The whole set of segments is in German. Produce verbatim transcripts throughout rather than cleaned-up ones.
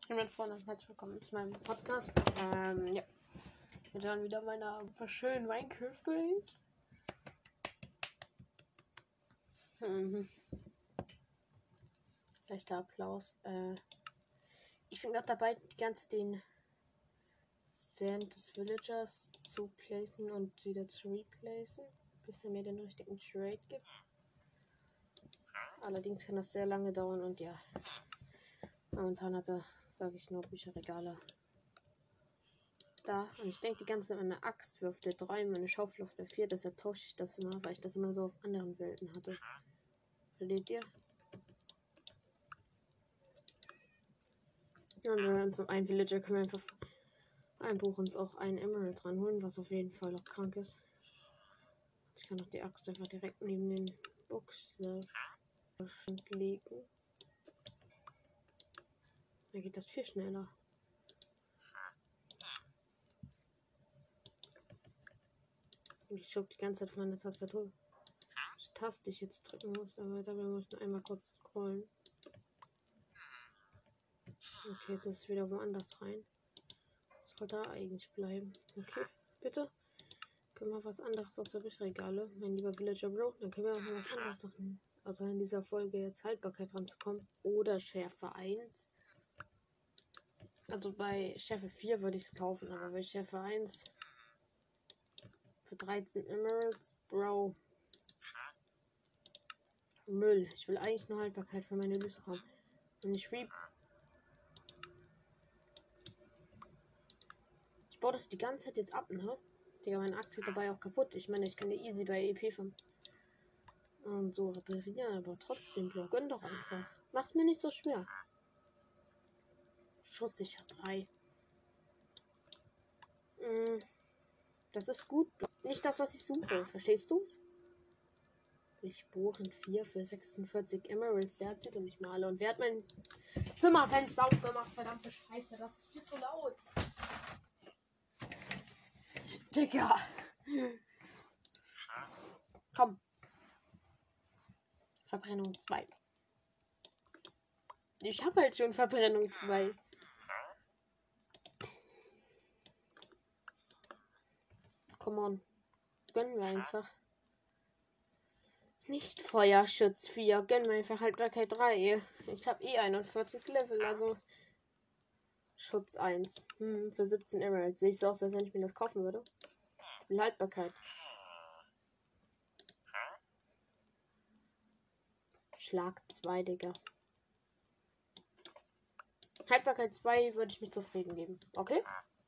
Mein Freund, herzlich willkommen zu meinem Podcast. Ähm, ja. Ich bin dann wieder meiner schönen Minecraft-Welt. Mhm. Leichter Applaus. Äh, ich bin gerade dabei, die ganze den Sand des Villagers zu placen und wieder zu replacen, bis er mir den richtigen Trade gibt. Allerdings kann das sehr lange dauern und ja. Momentan hat er wirklich nur Bücherregale da. Und ich denke die ganze Zeit, meine Axt wirft der drei, meine Schaufel auf der vier, deshalb tausche ich das immer, weil ich das immer so auf anderen Welten hatte. Versteht ihr? Und wenn wir uns noch einen Villager können wir einfach ein Buch uns auch einen Emerald dran holen, was auf jeden Fall auch krank ist. Ich kann auch die Axt einfach direkt neben den Bookshelf legen. Dann geht das viel schneller. Ich schaue die ganze Zeit auf meine Tastatur. Die Taste, die ich jetzt drücken muss, aber dabei muss ich nur einmal kurz scrollen. Okay, das ist wieder woanders rein. Was soll da eigentlich bleiben? Okay, bitte. Können wir was anderes aus der Bücherregale? Mein lieber Villager Bro, dann können wir auch mal was anderes machen. Also in dieser Folge jetzt Haltbarkeit ranzukommen. Oder Schärfe eins. Also bei Schärfe vier würde ich es kaufen, aber bei Schärfe eins für dreizehn Emeralds, Bro. Müll. Ich will eigentlich nur Haltbarkeit für meine Lüse haben. Und ich re Ich baue das die ganze Zeit jetzt ab, ne? Digga, meine Axt wird dabei auch kaputt. Ich meine, ich kann die easy bei E P von und so reparieren, aber trotzdem, Bro, gönn doch einfach. Mach's mir nicht so schwer. Schusssicher drei. Mm, das ist gut. Nicht das, was ich suche. Verstehst du's? Ich bohren vier für sechsundvierzig Emeralds. Der hat sie doch nicht mal alle. Und wer hat mein Zimmerfenster aufgemacht? Verdammte Scheiße, das ist viel zu laut. Digga. Komm. Verbrennung zwei. Ich habe halt schon Verbrennung zwei. Come on. Gönnen wir einfach. Nicht Feuerschutz vier. Gönnen wir einfach Haltbarkeit drei. Ich habe eh einundvierzig Level, also Schutz eins. Hm, für siebzehn Emeralds. Sehe ich so aus, als wenn ich mir das kaufen würde. Haltbarkeit. Schlag zwei, Digga. Haltbarkeit zwei würde ich mich zufrieden geben. Okay?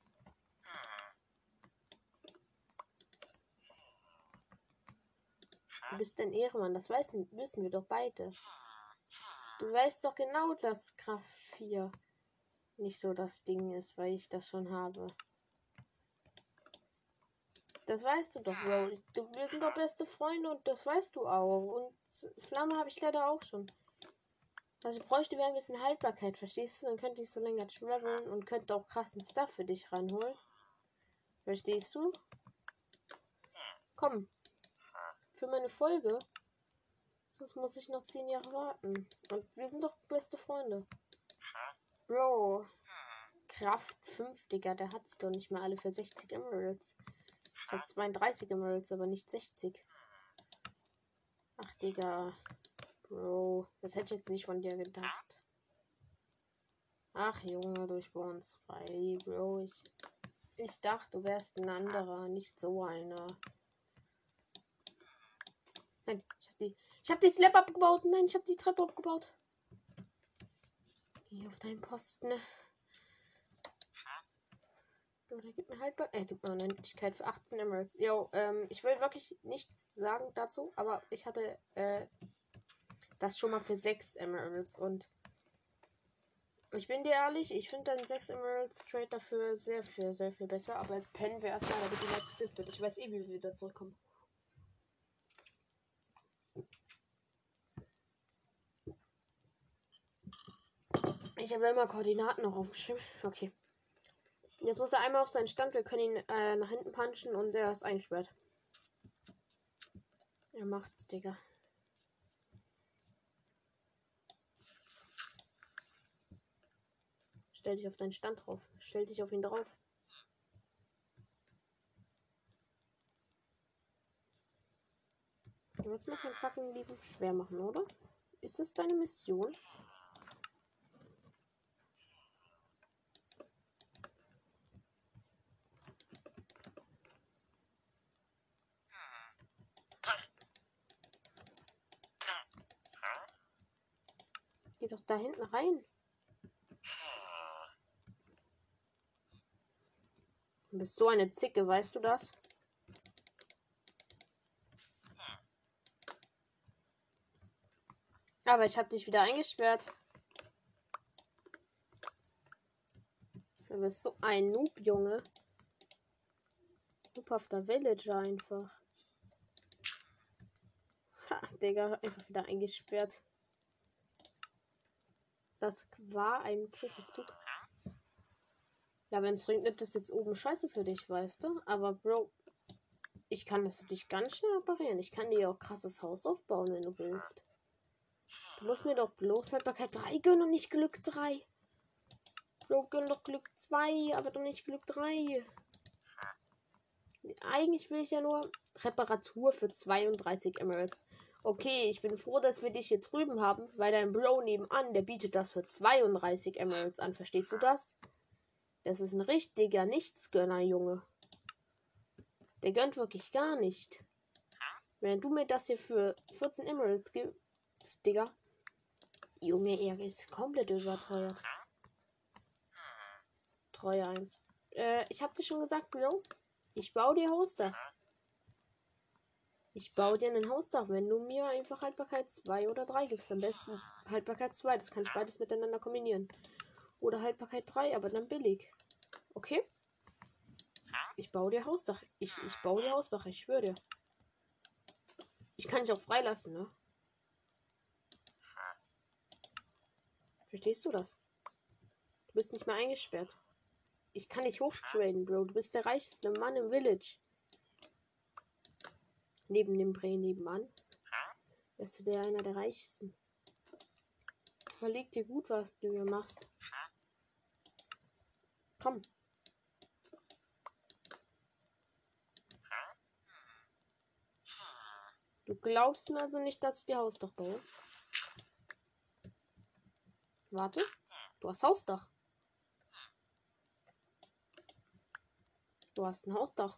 Du bist ein Ehrenmann, das wissen, wissen wir doch beide. Du weißt doch genau, dass Kraft vier nicht so das Ding ist, weil ich das schon habe. Das weißt du doch, Bro. Du, wir sind doch beste Freunde und das weißt du auch. Und Flamme habe ich leider auch schon. Was ich bräuchte, wäre ein bisschen Haltbarkeit, verstehst du? Dann könnte ich so länger traveln und könnte auch krassen Stuff für dich ranholen. Verstehst du? Komm. Für meine Folge. Sonst muss ich noch zehn Jahre warten. Und wir sind doch beste Freunde. Bro. Kraft fünf, Digga. Der hat sie doch nicht mal alle für sechzig Emeralds. Ich habe zweiunddreißig Emeralds, aber nicht sechzig. Ach, Digga. Bro. Das hätte ich jetzt nicht von dir gedacht. Ach, Junge, durch uns frei, Bro. Ich, ich dachte, du wärst ein anderer, nicht so einer. Nein, ich hab die. Ich hab die Slab abgebaut. Nein, ich hab die Treppe abgebaut. Geh auf deinen Posten. Oder gib mir halt. Er gibt mir eine Nötigkeit für achtzehn Emeralds. Jo, ähm, ich will wirklich nichts sagen dazu, aber ich hatte äh, das schon mal für sechs Emeralds und ich bin dir ehrlich, ich finde dann sechs Emeralds Trade dafür sehr viel, sehr viel besser, aber jetzt pennen wir erstmal, damit die letzte sind und ich weiß eh, wie wir wieder zurückkommen. Ich habe immer Koordinaten noch aufgeschrieben. Okay. Jetzt muss er einmal auf seinen Stand. Wir können ihn äh, nach hinten punchen und er ist einsperrt. Er macht's, Digga. Stell dich auf deinen Stand drauf. Stell dich auf ihn drauf. Du willst mir kein fucking Leben schwer machen, oder? Ist das deine Mission? Geh doch da hinten rein. Du bist so eine Zicke, weißt du das? Aber ich habe dich wieder eingesperrt. Du bist so ein Noob, Junge. Noobhafter Villager einfach. Ha, Digga, einfach wieder eingesperrt. Das war ein Profizug. Ja, wenn es regnet, ist jetzt oben scheiße für dich, weißt du? Aber Bro, ich kann das für dich ganz schnell reparieren. Ich kann dir auch krasses Haus aufbauen, wenn du willst. Du musst mir doch bloß Haltbarkeit drei gönnen und nicht Glück drei. Bro, gönn doch Glück zwei, aber doch nicht Glück drei. Eigentlich will ich ja nur Reparatur für zweiunddreißig Emeralds. Okay, ich bin froh, dass wir dich hier drüben haben, weil dein Bro nebenan, der bietet das für zweiunddreißig Emeralds an. Verstehst du das? Das ist ein richtiger Nichtsgönner, Junge. Der gönnt wirklich gar nicht. Wenn du mir das hier für vierzehn Emeralds gibst, Digga. Junge, er ist komplett überteuert. Treue eins. Äh, ich hab dir schon gesagt, Bro. Ich baue dir Hausdach. Ich baue dir ein Hausdach, wenn du mir einfach Haltbarkeit zwei oder drei gibst. Am besten Haltbarkeit zwei. Das kann ich beides miteinander kombinieren. Oder Haltbarkeit drei, aber dann billig. Okay? Ich baue dir Hausdach. Ich, ich baue dir Hausdach, ich schwöre dir. Ich kann dich auch freilassen, ne? Verstehst du das? Du bist nicht mehr eingesperrt. Ich kann dich hochtraden, Bro. Du bist der reichste Mann im Village. Neben dem Bray nebenan. Wärst du der einer der reichsten. Überleg dir gut, was du hier machst. Komm. Du glaubst mir also nicht, dass ich dir Hausdach baue? Warte. Du hast Hausdach. Du hast ein Hausdach.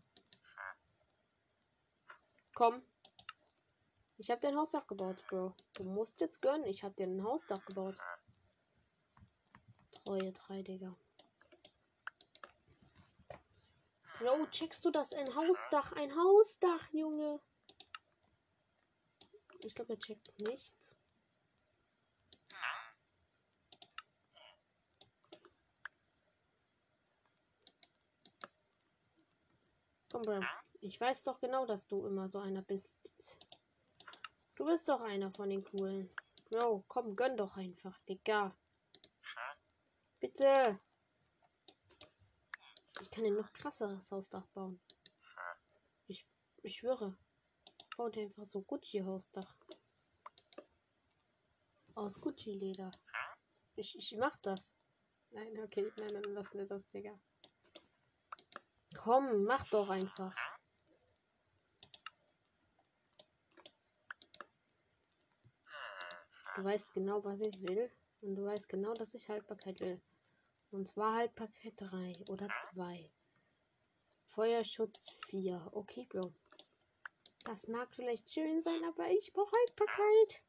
Komm. Ich habe dir ein Hausdach gebaut, Bro. Du musst jetzt gönnen. Ich habe dir ein Hausdach gebaut. Treue drei, Digga. Bro, checkst du das? Ein Hausdach. Ein Hausdach, Junge. Ich glaube, er checkt es nicht. Komm, Bro. Ich weiß doch genau, dass du immer so einer bist. Du bist doch einer von den Coolen. Bro, komm, gönn doch einfach, Digga. Bitte. Ich kann dir noch krasseres Hausdach bauen. Ich, ich schwöre. Bau dir einfach so Gucci-Hausdach. Aus Gucci-Leder. Ich, ich mach das. Nein, okay. Nein, nein, lass mir das, Digga. Komm, mach doch einfach. Du weißt genau, was ich will. Und du weißt genau, dass ich Haltbarkeit will. Und zwar Haltbarkeit drei oder zwei. Feuerschutz vier. Okay, Bro. Das mag vielleicht schön sein, aber ich brauche Haltbarkeit.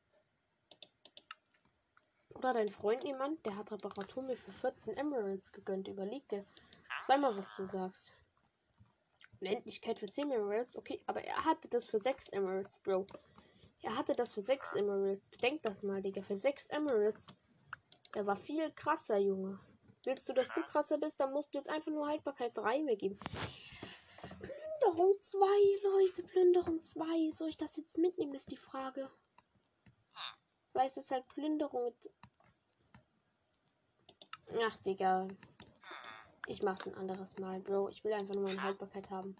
Oder dein Freund jemand, der hat Reparatur mir für vierzehn Emeralds gegönnt. Überleg dir zweimal, was du sagst. Unendlichkeit für zehn Emeralds. Okay, aber er hatte das für sechs Emeralds, Bro. Er hatte das für sechs Emeralds. Bedenk das mal, Digga. Für sechs Emeralds. Er war viel krasser, Junge. Willst du, dass du krasser bist, dann musst du jetzt einfach nur Haltbarkeit drei mehr geben. Plünderung zwei, Leute. Plünderung zwei. Soll ich das jetzt mitnehmen, ist die Frage. Weil es ist halt Plünderung. Ach, Digga. Ich mach's ein anderes Mal, Bro. Ich will einfach nur meine Haltbarkeit haben.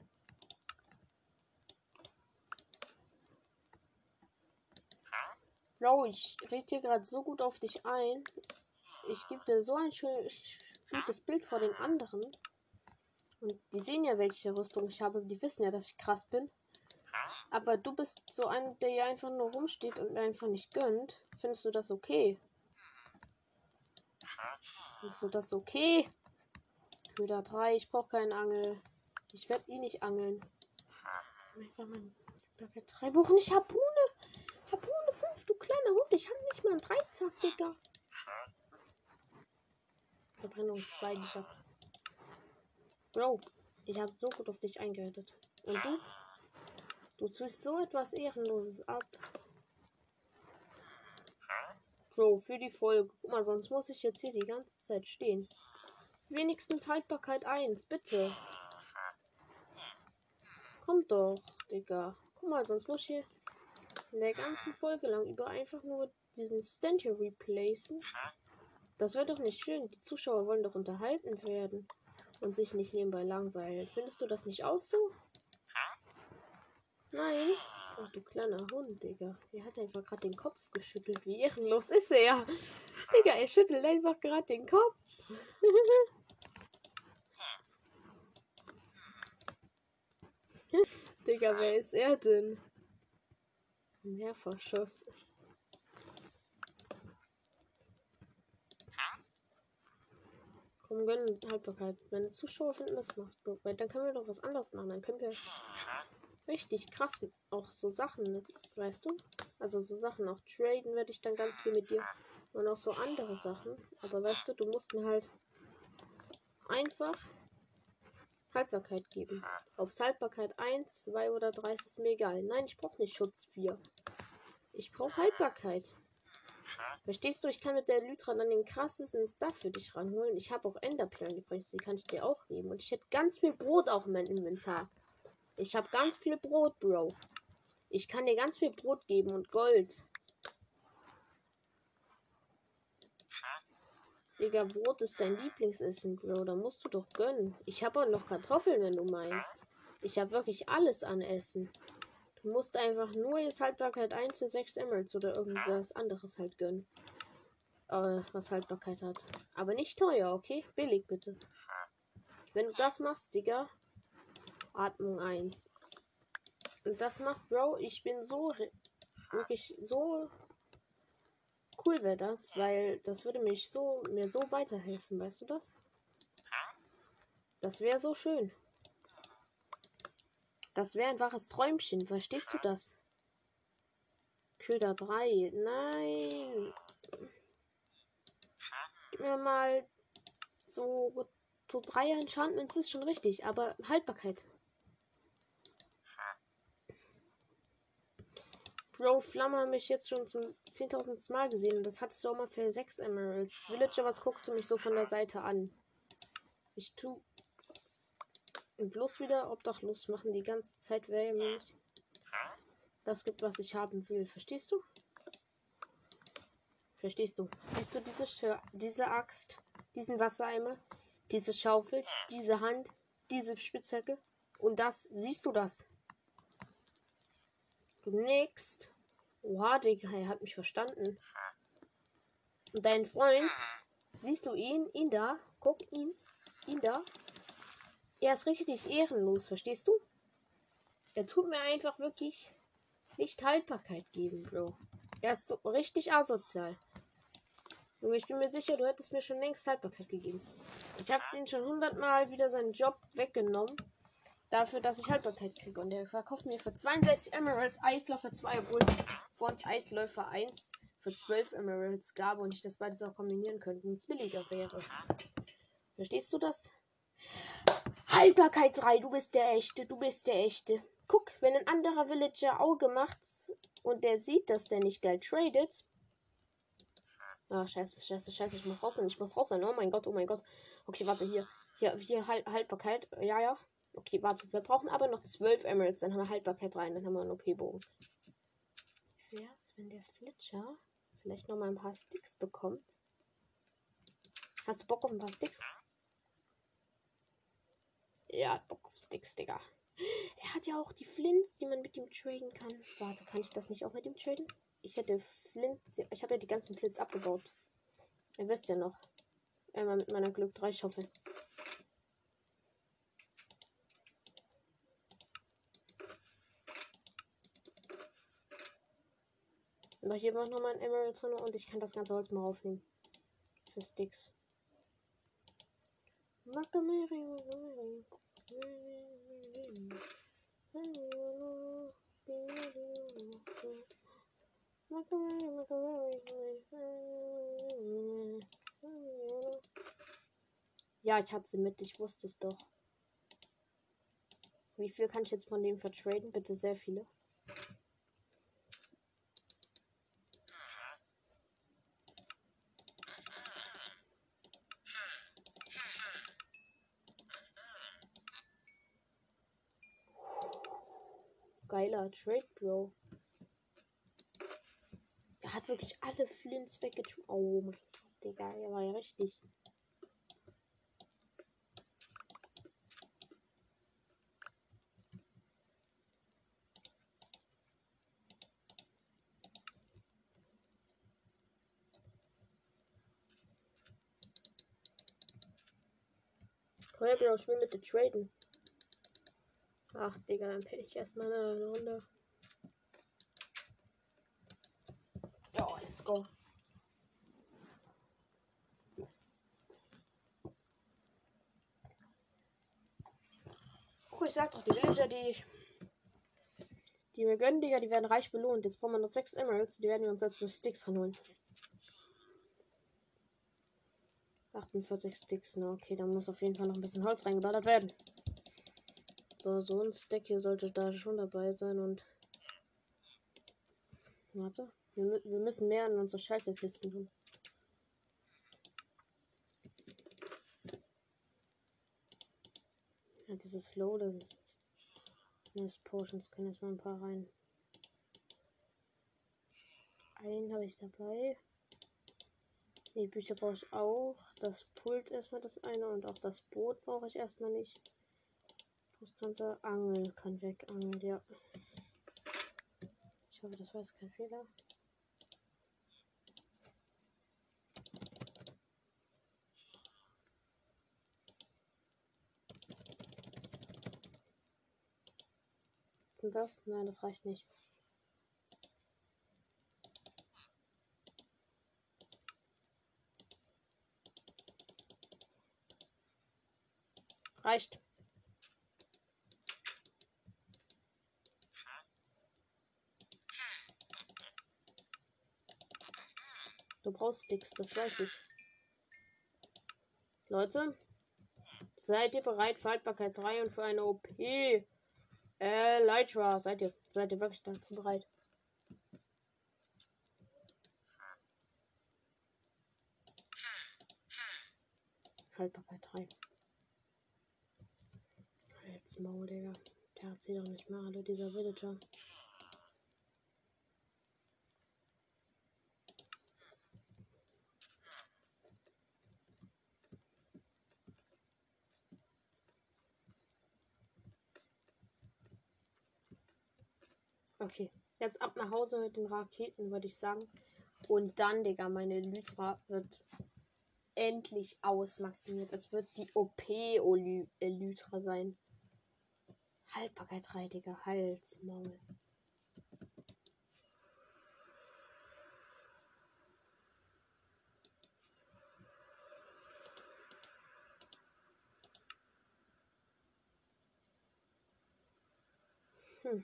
Bro, ich rede hier gerade so gut auf dich ein. ich gebe dir so ein schönes, gutes Bild vor den anderen. Und die sehen ja, welche Rüstung ich habe. Die wissen ja, dass ich krass bin. Aber du bist so ein, der hier einfach nur rumsteht und einfach nicht gönnt. Findest du das okay? Findest du das okay? Köder drei, ich brauche keinen Angel. Ich werde eh nicht angeln. Einfach mal drei Wochen nicht Harpune. Harpune fünf, du kleiner Hund. Ich habe nicht mal einen Dreizack, Digga. Verbrennung zwei, dieser. Bro, ich habe so gut auf dich eingerettet. Und du? Du tust so etwas Ehrenloses ab. Bro, für die Folge. Guck mal, sonst muss ich jetzt hier die ganze Zeit stehen. Wenigstens Haltbarkeit eins, bitte. Kommt doch, Digga. Guck mal, sonst muss ich hier in der ganzen Folge lang über einfach nur diesen Stand hier replacen. Das wird doch nicht schön. Die Zuschauer wollen doch unterhalten werden und sich nicht nebenbei langweilen. Findest du das nicht auch so? Nein? Oh, du kleiner Hund, Digga. Er hat einfach gerade den Kopf geschüttelt. Wie ehrenlos ist er? Digga, er schüttelt einfach gerade den Kopf. Digga, wer ist er denn? Mehrfachschuss. Komm, gönn Haltbarkeit. Meine Zuschauer finden das machst, weil dann können wir doch was anderes machen. Dann können wir richtig krass auch so Sachen, weißt du? Also so Sachen auch traden werde ich dann ganz viel mit dir. Und auch so andere Sachen. Aber weißt du, du musst mir halt einfach Haltbarkeit geben. Ob es Haltbarkeit eins, zwei oder drei ist, ist mir egal. Nein, ich brauche nicht Schutz vier. Ich brauche Haltbarkeit. Verstehst du? Ich kann mit der Elytra dann den krassesten Stuff für dich ranholen. Ich habe auch Enderperlen übrigens, die kann ich dir auch geben. Und ich hätte ganz viel Brot auch in meinem Inventar. Ich habe ganz viel Brot, Bro. Ich kann dir ganz viel Brot geben und Gold. Digga, Brot ist dein Lieblingsessen, Bro. Da musst du doch gönnen. Ich habe auch noch Kartoffeln, wenn du meinst. Ich habe wirklich alles an Essen. Du musst einfach nur jetzt Haltbarkeit eins für sechs Emeralds oder irgendwas anderes halt gönnen. Äh, was Haltbarkeit hat. Aber nicht teuer, okay? Billig bitte. Wenn du das machst, Digga. Atmung eins. Und das machst, Bro, ich bin so wirklich so cool wäre das, weil das würde mich so mir so weiterhelfen, weißt du das? Das wäre so schön. Das wäre ein wahres Träumchen, verstehst du das? Köder drei, nein. Gib mir mal so so drei Enchantments ist schon richtig, aber Haltbarkeit. Bro, Flamme haben mich jetzt schon zum zehntausendsten Mal gesehen und das hattest du auch mal für sechs Emeralds. Villager, was guckst du mich so von der Seite an? Ich tu bloß wieder Obdachlos machen die ganze Zeit, wer mir nicht das gibt, was ich haben will. Verstehst du? Verstehst du? Siehst du diese Sch diese Axt, diesen Wassereimer, diese Schaufel, diese Hand, diese Spitzhacke und das, siehst du das? Du nix. Oha, Digga, er hat mich verstanden. Und dein Freund, siehst du ihn? Ihn da? Guck ihn. Ihn da. Er ist richtig ehrenlos, verstehst du? Er tut mir einfach wirklich nicht Haltbarkeit geben, Bro. Er ist so richtig asozial. Junge, ich bin mir sicher, du hättest mir schon längst Haltbarkeit gegeben. Ich habe den schon hundertmal wieder seinen Job weggenommen. Dafür, dass ich Haltbarkeit kriege. Und der verkauft mir für zweiundsechzig Emeralds Eisläufer zwei, obwohl vor uns Eisläufer eins für zwölf Emeralds gab und ich das beides auch kombinieren könnte und es billiger wäre. Verstehst du das? Haltbarkeit drei, du bist der Echte, du bist der Echte. Guck, wenn ein anderer Villager Auge macht und der sieht, dass der nicht geil tradet. Ah, scheiße, scheiße, scheiße, ich muss raus sein, ich muss raus sein. Oh mein Gott, oh mein Gott. Okay, warte, hier. Hier, hier, halt, Haltbarkeit. Ja, ja. Okay, warte, wir brauchen aber noch zwölf Emeralds, dann haben wir Haltbarkeit rein, dann haben wir einen O P-Bogen. Wie wär's, wenn der Flitscher vielleicht noch mal ein paar Sticks bekommt? Hast du Bock auf ein paar Sticks? Ja, hat Bock auf Sticks, Digga. Er hat ja auch die Flints, die man mit ihm traden kann. Warte, kann ich das nicht auch mit ihm traden? Ich hätte Flints. Ich habe ja die ganzen Flints abgebaut. Ihr wisst ja noch. Einmal mit meiner Glück drei Schaufel. Noch hier war noch mal ein Emerald drin und ich kann das ganze Holz mal aufnehmen. Für Sticks. Ja, ich hatte sie mit, ich wusste es doch. Wie viel kann ich jetzt von dem vertraden? Bitte sehr viele. Geiler Trade, Bro. Er hat wirklich alle Flints weggetun. Oh mein Gott, Digga, er war ja richtig. Komm, Bro, ich will mit dir traden. Ach, Digga, dann penne ich erstmal eine Runde. Ja, let's go. Guck, ich sag doch, die Villager, die ich, die wir gönnen, Digga, die werden reich belohnt. Jetzt brauchen wir noch sechs Emeralds, die werden wir uns jetzt so Sticks ranholen. achtundvierzig Sticks, ne? Okay, da muss auf jeden Fall noch ein bisschen Holz reingeballert werden. So, so ein Stack hier sollte da schon dabei sein und. Warte. Wir, wir müssen mehr in unsere Schalterkisten tun. Ja, dieses Loaden. Nest Potions können jetzt mal ein paar rein. Einen habe ich dabei. Die Bücher brauche ich auch. Das Pult erstmal das eine und auch das Boot brauche ich erstmal nicht. Brustpanzer, Angel kann weg. Angel, ja. Ich hoffe, das war jetzt kein Fehler. Und das? Nein, das reicht nicht. Reicht. Du brauchst Sticks, das weiß ich. Leute, seid ihr bereit für Haltbarkeit drei und für eine O P? Äh, Lytra, seid ihr, seid ihr wirklich dazu bereit? Haltbarkeit drei. Halt's Maul, Digga. Der hat sie doch nicht mehr alle, dieser Villager. Okay, jetzt ab nach Hause mit den Raketen, würde ich sagen. Und dann, Digga, meine Elytra wird endlich ausmaximiert. Es wird die O P-Elytra sein. Haltbarkeit drei, Digga. Hals, Maul. Hm.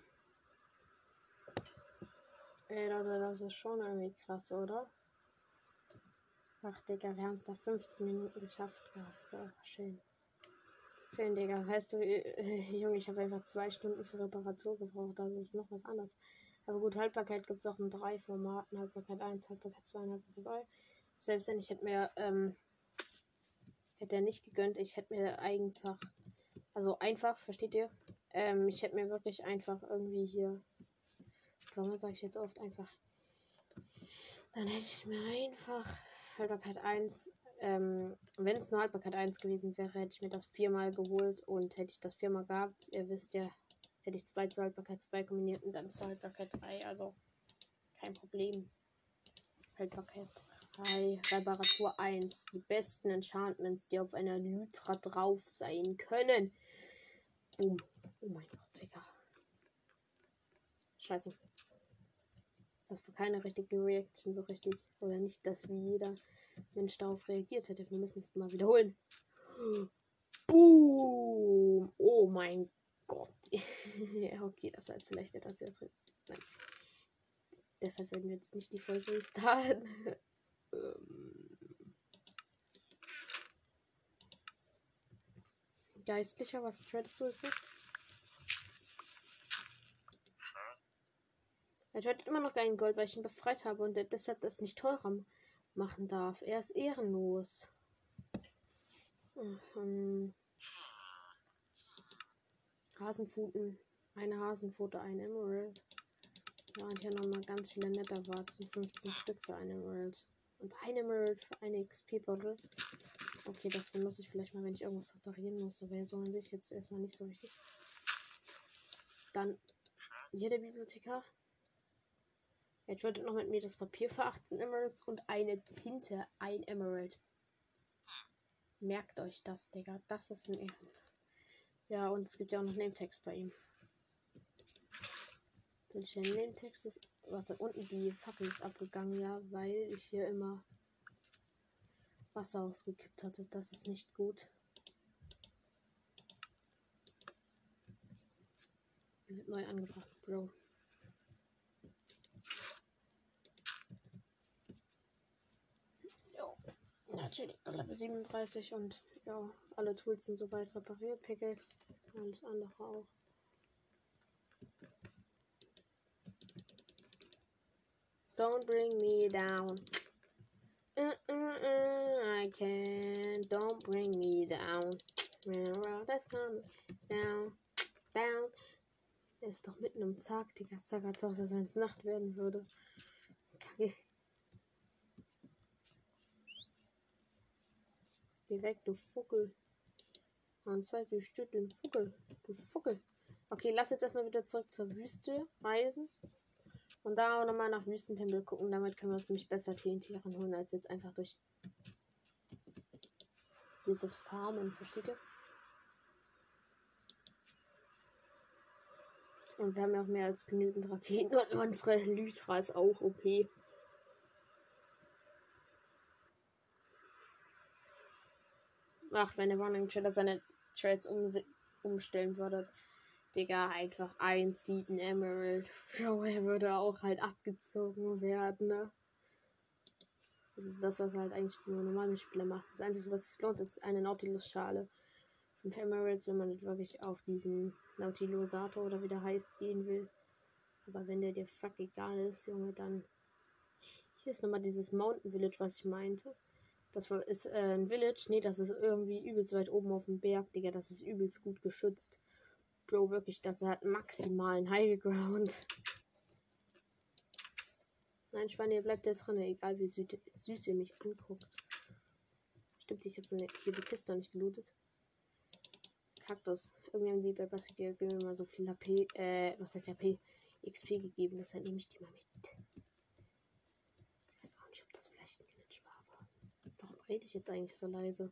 Ey, Leute, das ist schon irgendwie krass, oder? Ach, Digga, wir haben es da fünfzehn Minuten geschafft gehabt. Oh, schön. Schön, Digga. Weißt du, äh, Junge, ich habe einfach zwei Stunden für Reparatur gebraucht. Das ist noch was anderes. Aber gut, Haltbarkeit gibt es auch in drei Formaten. Haltbarkeit eins, Haltbarkeit zwei und Haltbarkeit drei. Selbst wenn ich hätte mir, ähm, hätte er nicht gegönnt, ich hätte mir einfach, also einfach, versteht ihr? Ähm, ich hätte mir wirklich einfach irgendwie hier, warum sage ich jetzt oft einfach, dann hätte ich mir einfach Haltbarkeit eins, ähm, wenn es nur Haltbarkeit eins gewesen wäre, hätte ich mir das viermal geholt und hätte ich das viermal gehabt, ihr wisst ja, hätte ich zwei zu Haltbarkeit zwei kombiniert und dann zu Haltbarkeit drei, also kein Problem. Haltbarkeit Hi, Reparatur eins. Die besten Enchantments, die auf einer Lytra drauf sein können. Boom. Oh mein Gott, Digga. Scheiße. Das war keine richtige Reaction, so richtig. Oder nicht, dass wie jeder Mensch darauf reagiert hätte. Wir müssen es mal wiederholen. Boom. Oh mein Gott. Ja, okay, das war jetzt vielleicht etwas übertrieben. Nein. Deshalb werden wir jetzt nicht die Folge restarten. Geistlicher, was tradest du jetzt? Er tradet immer noch kein Gold, weil ich ihn befreit habe und er deshalb das nicht teurer machen darf. Er ist ehrenlos. Mhm. Hasenpfoten. Eine Hasenpfote, ein Emerald. Ja, und hier nochmal ganz viele Netherwarzen. fünfzehn Stück für ein Emerald. Und ein Emerald für eine X P-Bottle. Okay, das benutze ich vielleicht mal, wenn ich irgendwas reparieren muss. Aber so an sich jetzt erstmal nicht so wichtig. Dann hier der Bibliothekar. Er tradet noch mit mir das Papier für achtzehn Emeralds und eine Tinte, ein Emerald. Merkt euch das, Digga. Das ist ein Ehren. Ja, und es gibt ja auch noch Nametext bei ihm. Welcher Nametext ist. Warte, unten die Fackel ist abgegangen, ja, weil ich hier immer Wasser ausgekippt hatte. Das ist nicht gut. Die wird neu angebracht, Bro. Jo. Natürlich. Level siebenunddreißig und ja, alle Tools sind soweit repariert. Pickaxe, alles andere auch. Don't bring me down. Uh, uh, uh, I can't. Don't bring me down. When the world is coming down, down. Er ist doch mitten im Tag, Digga. Es sah gerade so aus, als wenn es Nacht werden würde. Kacke. Geh weg, du Fuckel. Anzeig, du Stück, du Fuckel. Du Fuckel. Okay, lass jetzt erstmal wieder zurück zur Wüste reisen. Und da auch nochmal nach Wüstentempel gucken. Damit können wir uns nämlich besser T N T-Tieren holen, als jetzt einfach durch dieses Farmen, versteht ihr? Und wir haben ja auch mehr als genügend Raketen. Und unsere Lytra ist auch O P. Ach, wenn der Running Trader seine Trades um, umstellen würde. Digga, einfach ein zieht ein Emerald. Bro, er würde auch halt abgezogen werden, ne? Das ist das, was halt eigentlich so normale Spieler macht. Das Einzige, was sich lohnt, ist eine Nautilus-Schale. fünf Emeralds, wenn man nicht wirklich auf diesen Nautilosator oder wie der heißt gehen will. Aber wenn der dir fuck egal ist, Junge, dann. Hier ist nochmal dieses Mountain Village, was ich meinte. Das ist äh, ein Village. Nee, das ist irgendwie übelst weit oben auf dem Berg, Digga. Das ist übelst gut geschützt. Bro, wirklich, das hat maximalen Highground. Nein, Schweine, ihr bleibt jetzt drin, egal wie süß, süß ihr mich anguckt. Stimmt, ich habe so eine, hier die Kiste nicht gelootet. Kaktus. Irgendwie haben die bei Basketball mir mal so viel H P, äh, was heißt H P? X P gegeben, deshalb nehme ich die mal mit. Ich weiß auch nicht, ob das vielleicht ein Glitch war, aber warum rede ich jetzt eigentlich so leise?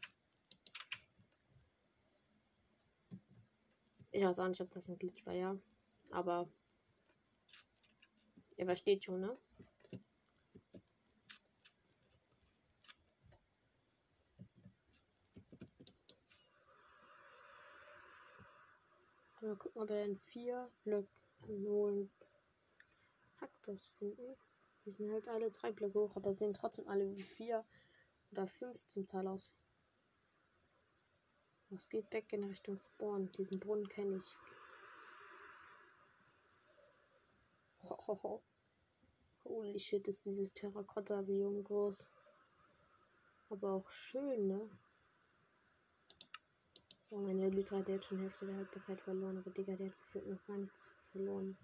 Ich weiß auch nicht, ob das ein Glitch war, ja. Aber ihr versteht schon, ne? Mal gucken, ob wir in vier Blöcken nur einen Kaktus finden. Die sind halt alle drei Blöcke hoch, aber sehen trotzdem alle wie vier oder fünf zum Teil aus. Was geht weg in Richtung Spawn? Diesen Brunnen kenne ich. Ho, ho, ho. Holy shit, ist dieses Terrakotta-Biom groß. Aber auch schön, ne? Oh, meine Lytra hat jetzt schon Hälfte der Haltbarkeit verloren, aber Digga, der hat gefühlt noch gar nichts verloren.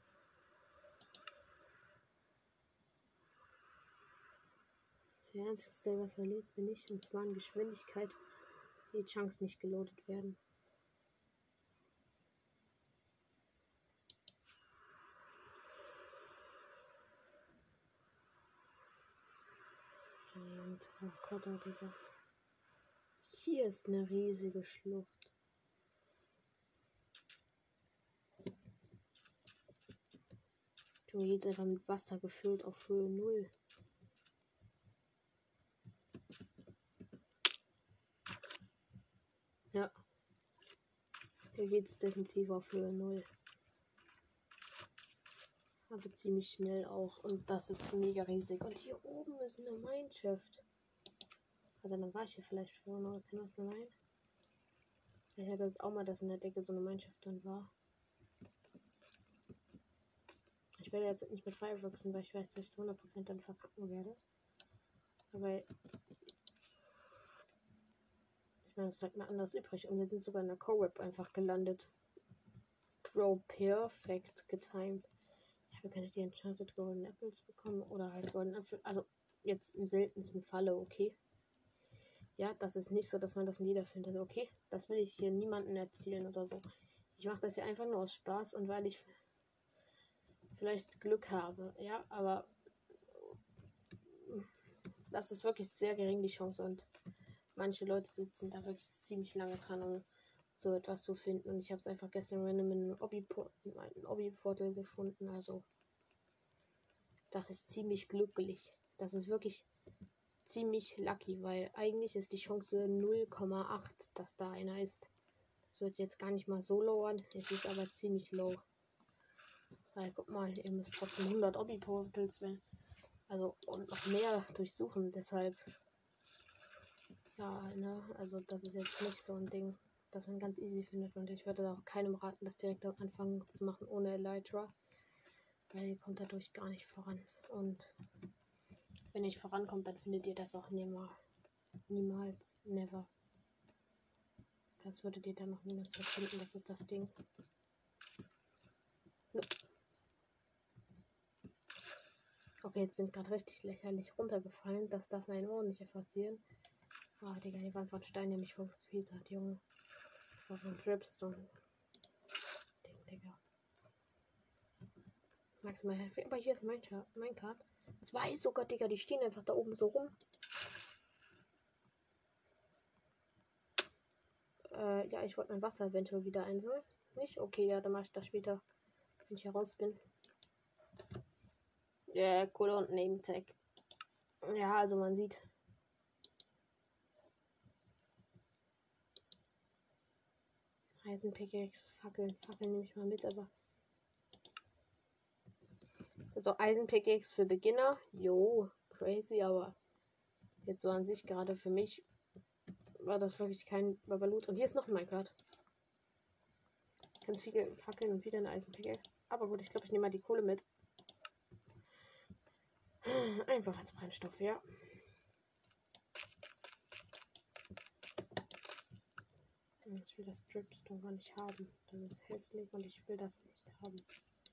Der einzige, der was verliert, bin ich, und zwar in Geschwindigkeit, die Chance nicht geloadet werden. Nein, Terrakotta, Digga. Hier ist eine riesige Schlucht. Du jetzt einfach mit Wasser gefüllt auf Höhe null. Ja. Hier geht's definitiv auf Höhe null. Aber ziemlich schnell auch. Und das ist mega riesig. Und hier oben ist eine Mineshaft. Also dann war ich hier vielleicht schon, oder kann das sein? Ich hatte das auch mal, dass in der Decke so eine Mineshaft dann war. Ich werde jetzt nicht mit Fireworksen, weil ich weiß, dass ich zu hundert Prozent dann verkacken werde. Aber ich meine, es bleibt mal anders übrig. Und wir sind sogar in der Co-Web einfach gelandet. Bro, perfekt getimed. Ja, wir können die Enchanted Golden Apples bekommen. Oder halt Golden Apfel. Also jetzt im seltensten Falle, okay. Ja, das ist nicht so, dass man das in jeder findet, okay? Das will ich hier niemandem erzählen oder so. Ich mache das hier einfach nur aus Spaß und weil ich vielleicht Glück habe, ja, aber das ist wirklich sehr gering, die Chance, und manche Leute sitzen da wirklich ziemlich lange dran, um so etwas zu finden, und ich habe es einfach gestern random in einem Hobby-Portal gefunden, also das ist ziemlich glücklich. Das ist wirklich ziemlich lucky, weil eigentlich ist die Chance null Komma acht, dass da einer ist. Das wird jetzt gar nicht mal so low an, es ist aber ziemlich low. Weil guck mal, ihr müsst trotzdem hundert Hobby-Portals, also und noch mehr durchsuchen, deshalb ja, ne, also das ist jetzt nicht so ein Ding, das man ganz easy findet, und ich würde auch keinem raten, das direkt am Anfang zu machen ohne Elytra, weil ihr kommt dadurch gar nicht voran, und wenn ihr nicht vorankommt, dann findet ihr das auch nimmer, niemals, never. Das würdet ihr dann noch niemals finden, das ist das Ding. Nope. Okay, jetzt bin ich gerade richtig lächerlich runtergefallen, das darf meinen Ohren nicht passieren. Ah, Digga, hier war einfach ein Stein, der mich vorgespielt hat, Junge. Was ein Dripstone. Ding, Digga. Magst du mal helfen? Aber hier ist mein, mein Card. Das weiß sogar, Digga, die stehen einfach da oben so rum. Äh, ja, ich wollte mein Wasser eventuell wieder einsammeln. Nicht? Okay, ja, dann mache ich das später, wenn ich heraus bin. Ja, yeah, cool, und Name Tag. Ja, also man sieht. Eisenpickaxe, Fackeln, Fackeln nehme ich mal mit, aber. Also Eisenpickaxe für Beginner, jo, crazy, aber jetzt so an sich gerade für mich war das wirklich kein Babalut. Und hier ist noch ein Minecart. Ganz viele Fackeln und wieder eine Eisenpickaxe. Aber gut, ich glaube, ich nehme mal die Kohle mit. Einfach als Brennstoff, ja. Ich will das Dripstone gar nicht haben. Das ist hässlich und ich will das nicht haben.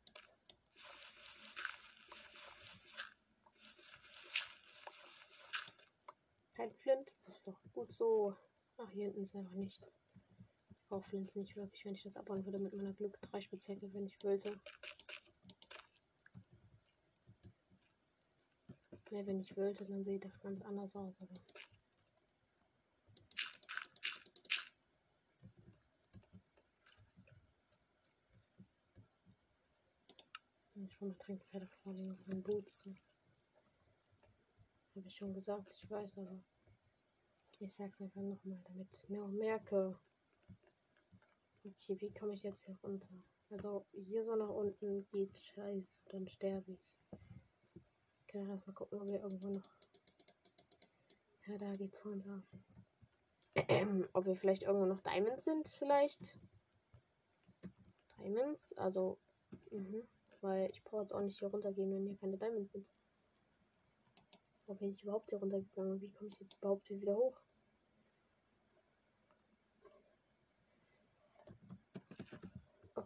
Kein Flint. Das ist doch gut so. Ach, hier hinten ist einfach nichts. Ich brauche Flint nicht wirklich, wenn ich das abbauen würde mit meiner Glück drei Spitzhacke, wenn ich wollte. Ne, wenn ich wollte, dann sieht das ganz anders aus, aber. Ich will mal Trinkpferde vorlegen auf meinen Boots. Habe ich schon gesagt, ich weiß, aber ich sag's einfach nochmal, damit ich mir auch merke. Okay, wie komme ich jetzt hier runter? Also hier so nach unten geht scheiße, dann sterbe ich. Ich kann ja erstmal gucken, ob wir irgendwo noch. Ja, da geht's runter. Ob wir vielleicht irgendwo noch Diamonds sind, vielleicht. Diamonds, also. Mhm. Weil ich brauche jetzt auch nicht hier runtergehen, wenn hier keine Diamonds sind. Wo bin ich überhaupt hier runtergegangen? Wie komme ich jetzt überhaupt hier wieder hoch? Oh.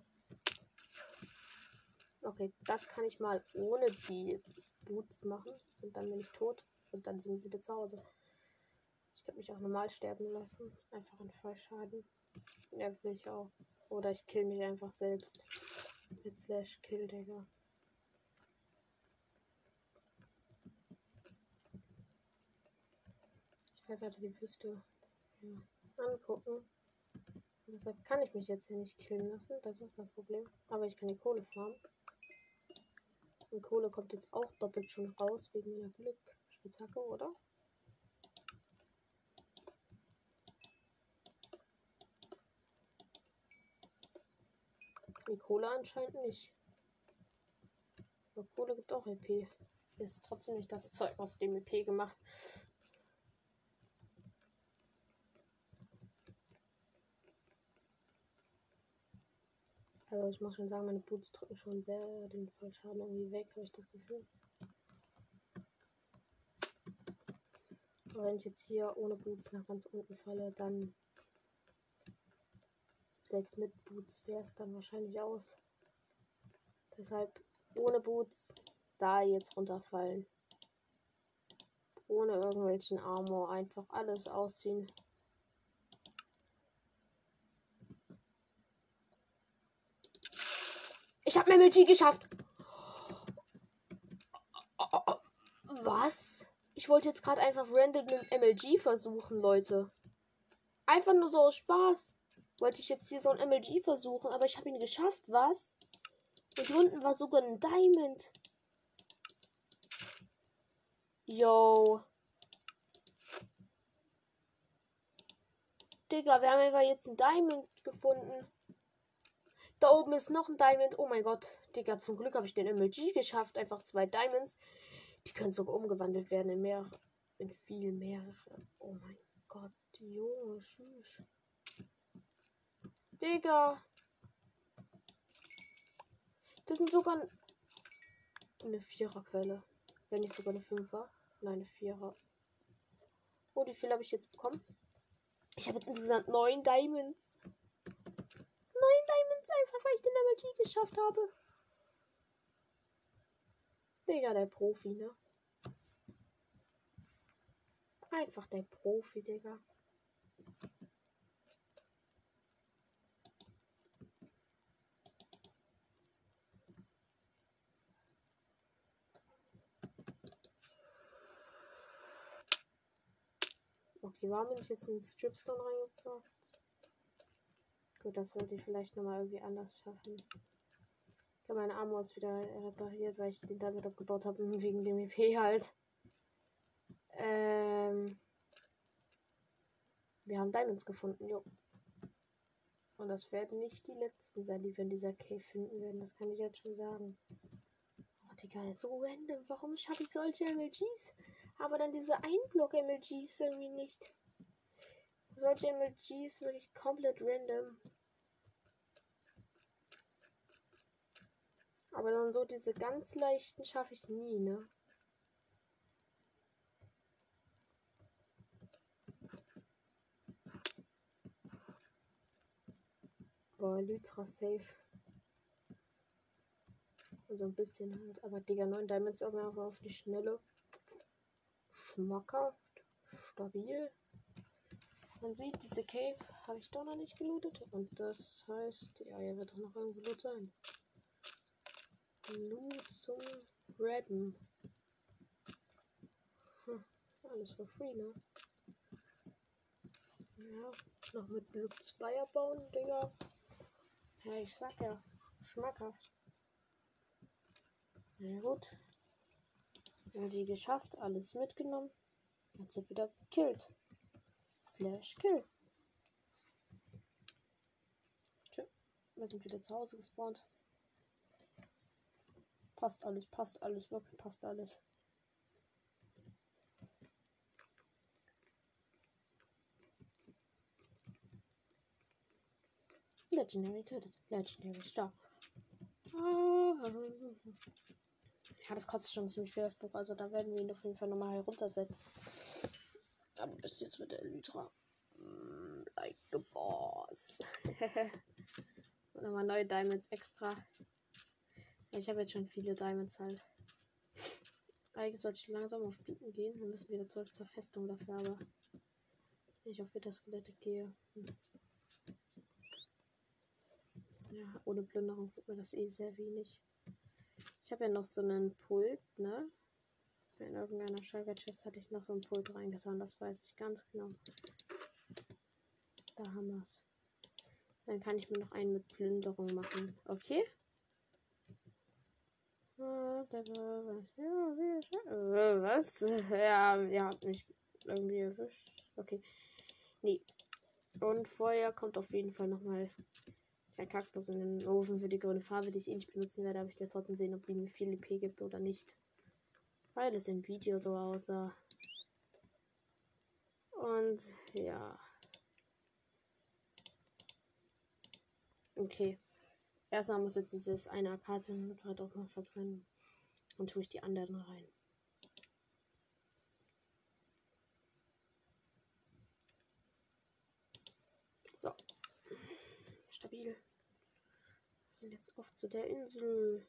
Okay, das kann ich mal ohne die Boots machen. Und dann bin ich tot. Und dann sind wir wieder zu Hause. Ich könnte mich auch normal sterben lassen. Einfach in Fallschaden. Ja, will ich auch. Oder ich kill mich einfach selbst. Mit Slash Kill, Digga. gleich weiter die Wüste ja, angucken. Deshalb kann ich mich jetzt hier nicht killen lassen. Das ist das Problem. Aber ich kann die Kohle farmen. Und Kohle kommt jetzt auch doppelt schon raus wegen meiner Glück-Spitzhacke, oder? Die Kohle anscheinend nicht. Aber Kohle gibt auch E P. Ist trotzdem nicht das Zeug aus dem E P gemacht. Also ich muss schon sagen, meine Boots drücken schon sehr den Fallschaden irgendwie weg, habe ich das Gefühl. Aber wenn ich jetzt hier ohne Boots nach ganz unten falle, dann selbst mit Boots wäre es dann wahrscheinlich aus. Deshalb ohne Boots da jetzt runterfallen. Ohne irgendwelchen Armor einfach alles ausziehen. Ich habe mir M G geschafft. Was? Ich wollte jetzt gerade einfach random mit M L G versuchen, Leute. Einfach nur so aus Spaß. Wollte ich jetzt hier so ein M L G versuchen, aber ich habe ihn geschafft, was? Und hier unten war sogar ein Diamond. Yo. Digga, wir haben einfach jetzt ein Diamond gefunden. Da oben ist noch ein Diamond. Oh mein Gott. Digga, zum Glück habe ich den M L G geschafft. Einfach zwei Diamonds. Die können sogar umgewandelt werden in mehr. In viel mehrere. Oh mein Gott. Junge, tschüss. Digga. Das sind sogar ein, eine Viererquelle. Wenn nicht sogar eine Fünfer. Nein, eine Vierer. Oh, wie viel habe ich jetzt bekommen? Ich habe jetzt insgesamt neun Diamonds. Neun Diamonds einfach, weil ich den M L G geschafft habe. Digga, der Profi, ne? Einfach der Profi, Digga. Okay, warum bin ich jetzt in den Stripstone reingebracht? Gut, das sollte ich vielleicht nochmal irgendwie anders schaffen. Ich habe meine Armor ist wieder repariert, weil ich den damit abgebaut habe, wegen dem E P halt. Ähm. Wir haben Diamonds gefunden, jo. Und das werden nicht die letzten sein, die wir in dieser Cave finden werden. Das kann ich jetzt schon sagen. Oh, Digga, so random. Warum schaffe ich solche M L Gs? Aber dann diese Einblock-M L Gs irgendwie nicht. Solche M L Gs wirklich komplett random. Aber dann so diese ganz leichten schaffe ich nie, ne? Boah, Lytra safe. So ein bisschen halt. Aber Digga, neun Diamonds auch mal auf die Schnelle. Schmackhaft. Stabil. Man sieht, diese Cave habe ich doch noch nicht gelootet. Und das heißt, ja, hier wird doch noch irgendwo Loot sein. Loot zum Grabben. Hm, alles for free, ne? Ja, noch mit Loot Spire bauen, Digga. Ja, ich sag ja, schmackhaft. Na gut. Ja, die geschafft, alles mitgenommen. Jetzt wird wieder gekillt. Slash kill. Tschö. Wir sind wieder zu Hause gespawnt. Passt alles, passt alles, wirklich passt alles. Legendary tötet. Legendary Star. Ja, das kostet schon ziemlich viel, das Buch. Also da werden wir ihn auf jeden Fall nochmal heruntersetzen. Aber bis jetzt mit der Elytra. Mm, like a boss. Und nochmal neue Diamonds extra. Ja, ich habe jetzt schon viele Diamonds halt. Eigentlich sollte ich langsam auf Blüten gehen. Wir müssen wieder zurück zur Festung dafür, aber wenn ich auf Witterskelette gehe. Hm. Ja, ohne Plünderung wird mir das eh sehr wenig. Ich habe ja noch so einen Pult, ne? In irgendeiner Schalker-Chest hatte ich noch so ein Pult reingetan, das weiß ich ganz genau. Da haben wir es. Dann kann ich mir noch einen mit Plünderung machen. Okay. Was? Ja, ihr habt mich irgendwie erwischt. Okay. Nee. Und vorher kommt auf jeden Fall nochmal der Kaktus in den Ofen für die grüne Farbe, die ich eh nicht benutzen werde. Aber ich will trotzdem sehen, ob die mir viel I P gibt oder nicht. Weil es im Video so aussah. Und ja. Okay. Erstmal muss jetzt dieses eine Akazienrad auch noch verbrennen. Und tue ich die anderen rein. So. Stabil. Und jetzt auf zu der Insel.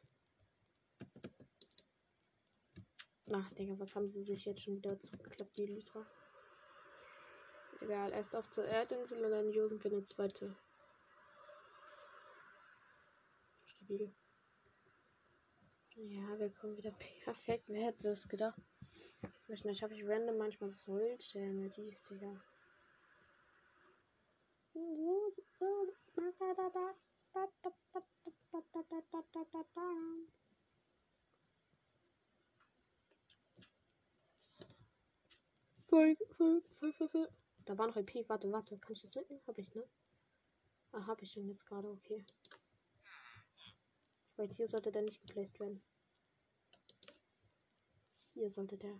Ach, Digga, was haben sie sich jetzt schon wieder zugeklappt, die Lytra? Egal, erst auf zur Erdinsel und dann Josen für eine zweite. Stabil. Ja, wir kommen wieder perfekt. Wer hätte das gedacht? Manchmal schaffe ich random, manchmal solche Energies, Digga. Voll, voll, voll, voll, voll. Da war noch E P. Warte, warte. Kann ich das mitnehmen? Hab ich, ne? Ah, hab ich schon jetzt gerade. Okay. Weil hier sollte der nicht geplaced werden. Hier sollte der.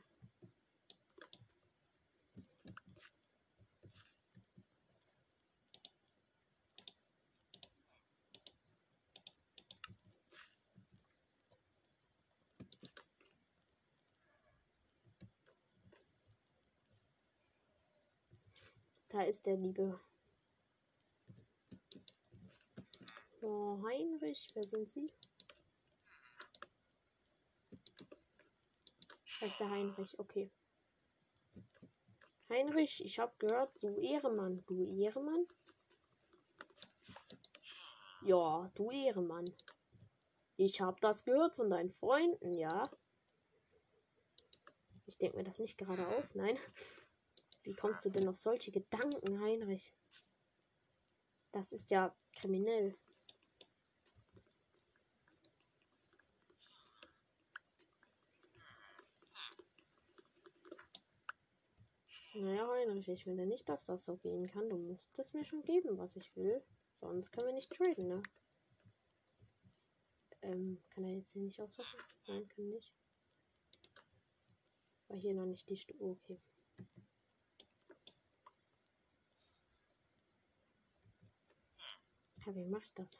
Da ist der Liebe. Oh, Heinrich, wer sind Sie? Da ist der Heinrich, okay. Heinrich, ich hab gehört, du Ehrenmann. Du Ehrenmann? Ja, du Ehrenmann. Ich hab das gehört von deinen Freunden, ja. Ich denke mir das nicht gerade aus, nein. Wie kommst du denn auf solche Gedanken, Heinrich? Das ist ja kriminell. Naja, Heinrich, ich finde nicht, dass das so gehen kann. Du musst es mir schon geben, was ich will. Sonst können wir nicht traden, ne? Ähm, kann er jetzt hier nicht auswaschen? Nein, kann nicht. War hier noch nicht die Stu oh, okay. Ja, wie mache ich das?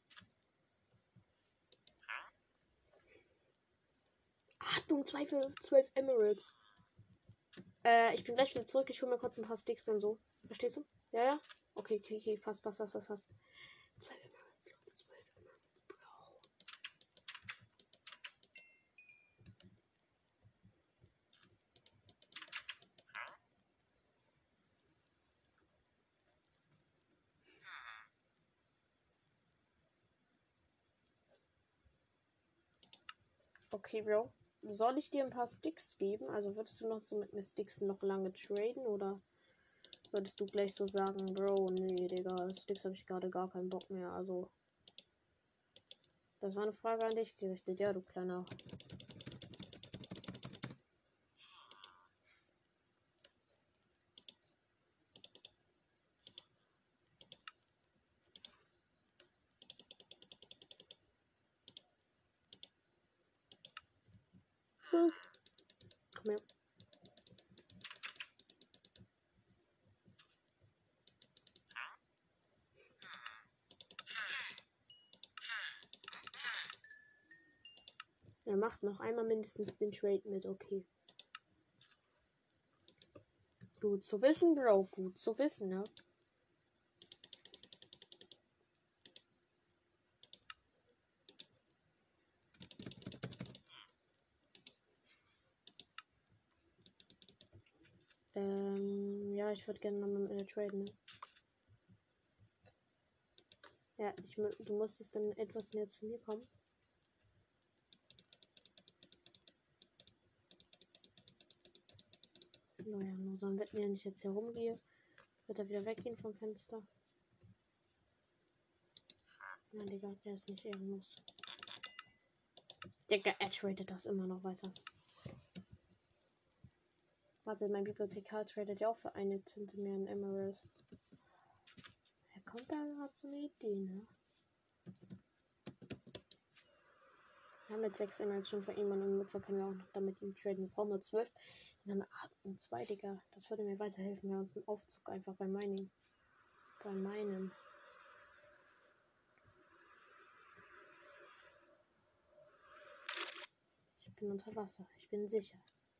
Achtung, zwei für zwölf Emeralds. Äh, ich bin gleich wieder zurück. Ich hole mir kurz ein paar Sticks und so. Verstehst du? Ja, ja? Okay, okay, okay. Passt, passt, passt, passt, passt. zwölf Emeralds, Leute. zwölf Emeralds, Bro. Okay, Bro. Soll ich dir ein paar Sticks geben? Also würdest du noch so mit mir Sticks noch lange traden oder würdest du gleich so sagen, Bro, nee, Digga, Sticks habe ich gerade gar keinen Bock mehr. Also, das war eine Frage an dich gerichtet. Ja, du kleiner. Hm. Komm her. Er macht noch einmal mindestens den Trade mit, okay. Gut zu wissen, Bro. Gut zu wissen, ne? Ähm, ja, ich würde gerne nochmal mit der traden, ne? Ja, ich, du musstest dann etwas näher zu mir kommen. Naja, nur so ein Wetten, wenn ich jetzt hier rumgehe, wird er wieder weggehen vom Fenster. Nein, Digga, er ist nicht ehrenlos. Digga, er tradet das immer noch weiter. Warte, mein Bibliothekar tradet ja auch für eine Tinte mehr in Emerald. Er kommt da gerade so eine Idee, ne? Wir haben jetzt sechs Emeralds schon von ihm und im Notfall können wir auch noch damit ihm traden. Wir brauchen nur zwölf. Dann haben wir acht und zwei, Digga. Das würde mir weiterhelfen, wenn wir uns einen Aufzug einfach beim Mining. Beim Minen. Ich bin unter Wasser. Ich bin sicher.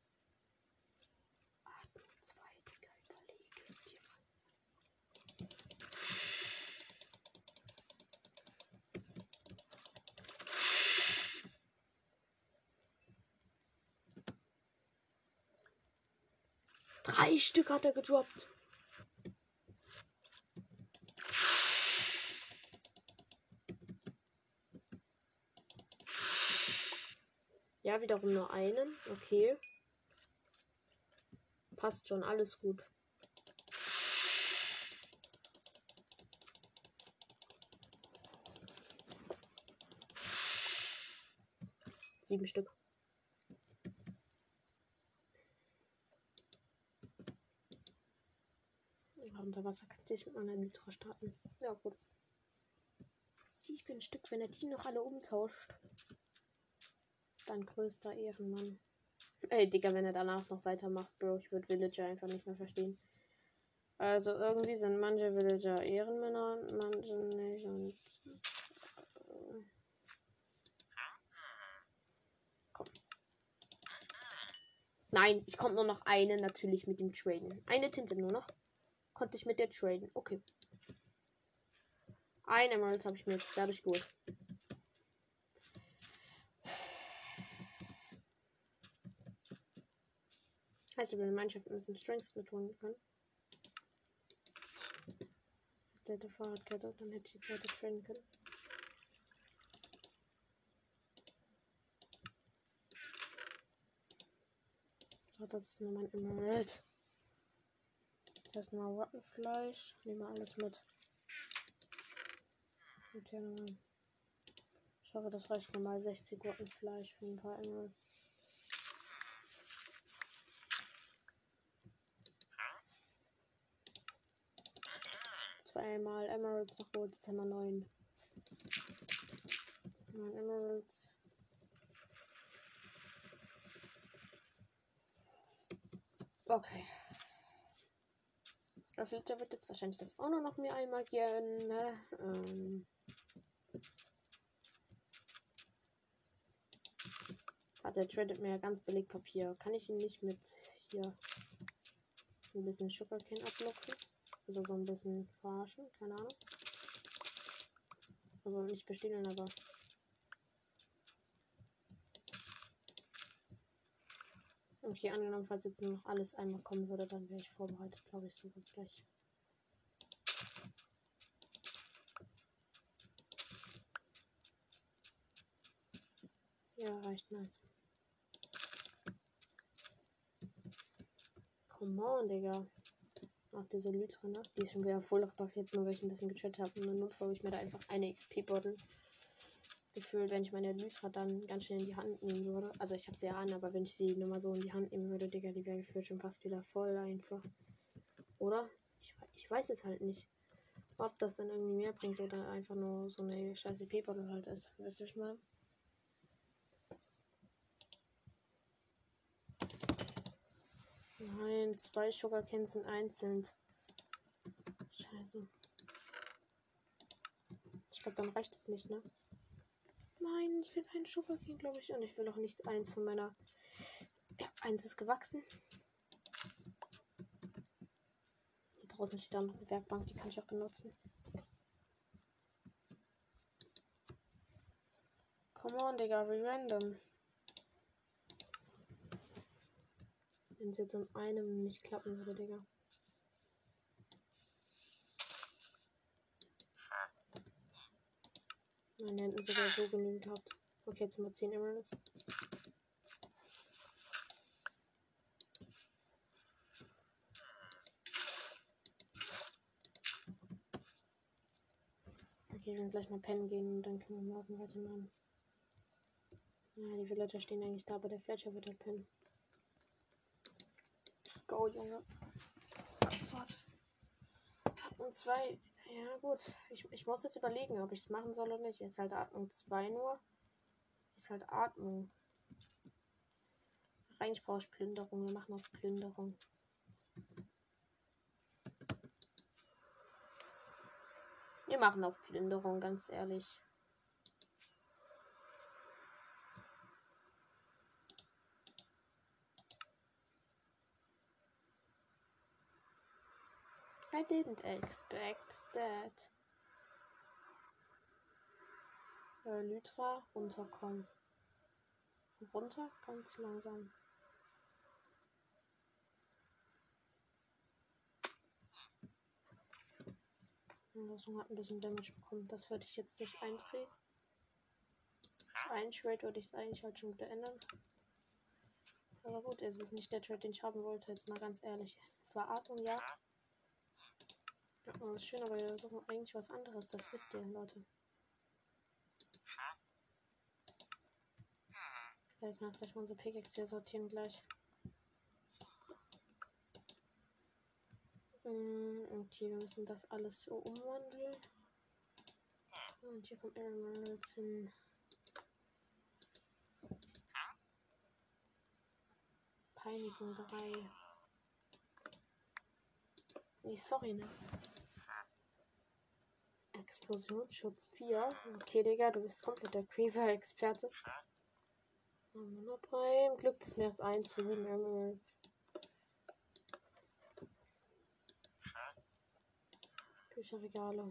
acht und zwei, Digga. Überleg es dir. Drei Stück hat er gedroppt. Ja, wiederum nur einen. Okay. Passt schon, alles gut. Sieben Stück. Ja, unter Wasser könnte ich mit meiner Nitra starten. Ja, gut. Sieben Stück, wenn er die noch alle umtauscht. Dein größter Ehrenmann. Ey, Digga, wenn er danach noch weitermacht, Bro, ich würde Villager einfach nicht mehr verstehen. Also irgendwie sind manche Villager Ehrenmänner und manche nicht und... Komm. Nein, ich konnte nur noch eine natürlich mit dem traden. Eine Tinte nur noch. Konnte ich mit der traden. Okay. Ein Emerald habe ich mir jetzt dadurch geholt. Heißt, über die Mannschaft ein bisschen Strengths betonen können. Der hätte Fahrradkette, dann hätte ich die Zeit traden können. So, das ist nur mein Emerald. Das ist nur Rattenfleisch. Nehmen wir alles mit. Und ja, ich hoffe, das reicht nochmal sechzig Rattenfleisch für ein paar Emeralds. Zweimal Emeralds noch geholt, jetzt haben wir neun. neun Emeralds. Okay. Der Filter wird jetzt wahrscheinlich das auch nur noch mir einmal gern. Ne? Ähm. Hat der tradet mir ja ganz billig Papier. Kann ich ihn nicht mit hier ein bisschen Sugarcane ablocken? Also so ein bisschen verarschen, keine Ahnung. Also nicht bestehlen, aber. Okay, angenommen, falls jetzt noch alles einmal kommen würde, dann wäre ich vorbereitet, glaube ich, so gut gleich. Ja, reicht nice. Come on, Digga. Auch diese Lytra, ne? Die ist schon wieder voll repariert, nur weil ich ein bisschen gechattet habe. Und in Notfall ich mir da einfach eine X P-Bottle gefühlt, wenn ich meine Lytra dann ganz schnell in die Hand nehmen würde. Also ich habe sie ja an, aber wenn ich sie nur mal so in die Hand nehmen würde, Digga, die wäre gefühlt schon fast wieder voll einfach. Oder? Ich, ich weiß es halt nicht. Ob das dann irgendwie mehr bringt oder einfach nur so eine scheiße P-Bottle halt ist. Weißt du, ich mal? Nein, zwei Sugarcans sind einzeln. Scheiße. Ich glaube, dann reicht es nicht, ne? Nein, ich will keinen Sugarcane, glaube ich. Und ich will auch nicht eins von meiner... Ja, eins ist gewachsen. Hier draußen steht dann noch eine Werkbank, die kann ich auch benutzen. Come on, Digga, wie random. Wenn es jetzt an einem nicht klappen würde, Digga. Nein, wir hätten sogar so genügend gehabt. Okay, jetzt haben wir zehn Emeralds. Okay, wir werden gleich mal pennen gehen und dann können wir morgen weitermachen. Ja, die Villager stehen eigentlich da, aber der Fletcher wird halt pennen. Go, Junge. Abfahrt. Und zwei. Ja, gut. Ich, ich muss jetzt überlegen, ob ich es machen soll oder nicht. Ist halt Atmung zwei nur. Ist halt Atmung. Eigentlich brauche ich Plünderung. Wir machen auf Plünderung. Wir machen auf Plünderung, ganz ehrlich. I didn't expect that. Äh, Lytra, runterkommen. Runter, ganz langsam. Das hat ein bisschen Damage bekommen. Das würde ich jetzt durch eintreten. Durch einen Trade würde ich es eigentlich halt schon wieder ändern. Aber gut, es ist nicht der Trade, den ich haben wollte. Jetzt mal ganz ehrlich. Es war Atmung, ja. Atmung ist schön, aber wir suchen eigentlich was anderes. Das wisst ihr, Leute. Ich kann gleich mal unsere Pickaxe hier sortieren gleich. Okay, wir müssen das alles so umwandeln. Und hier kommt Emeralds hin. Peinigung drei. Nee, sorry, ne? Explosionsschutz vier. Okay, Digga, du bist komplett der Creeper-Experte. Prime. Glück des Meeres eins für sieben Emeralds. Bücherregale.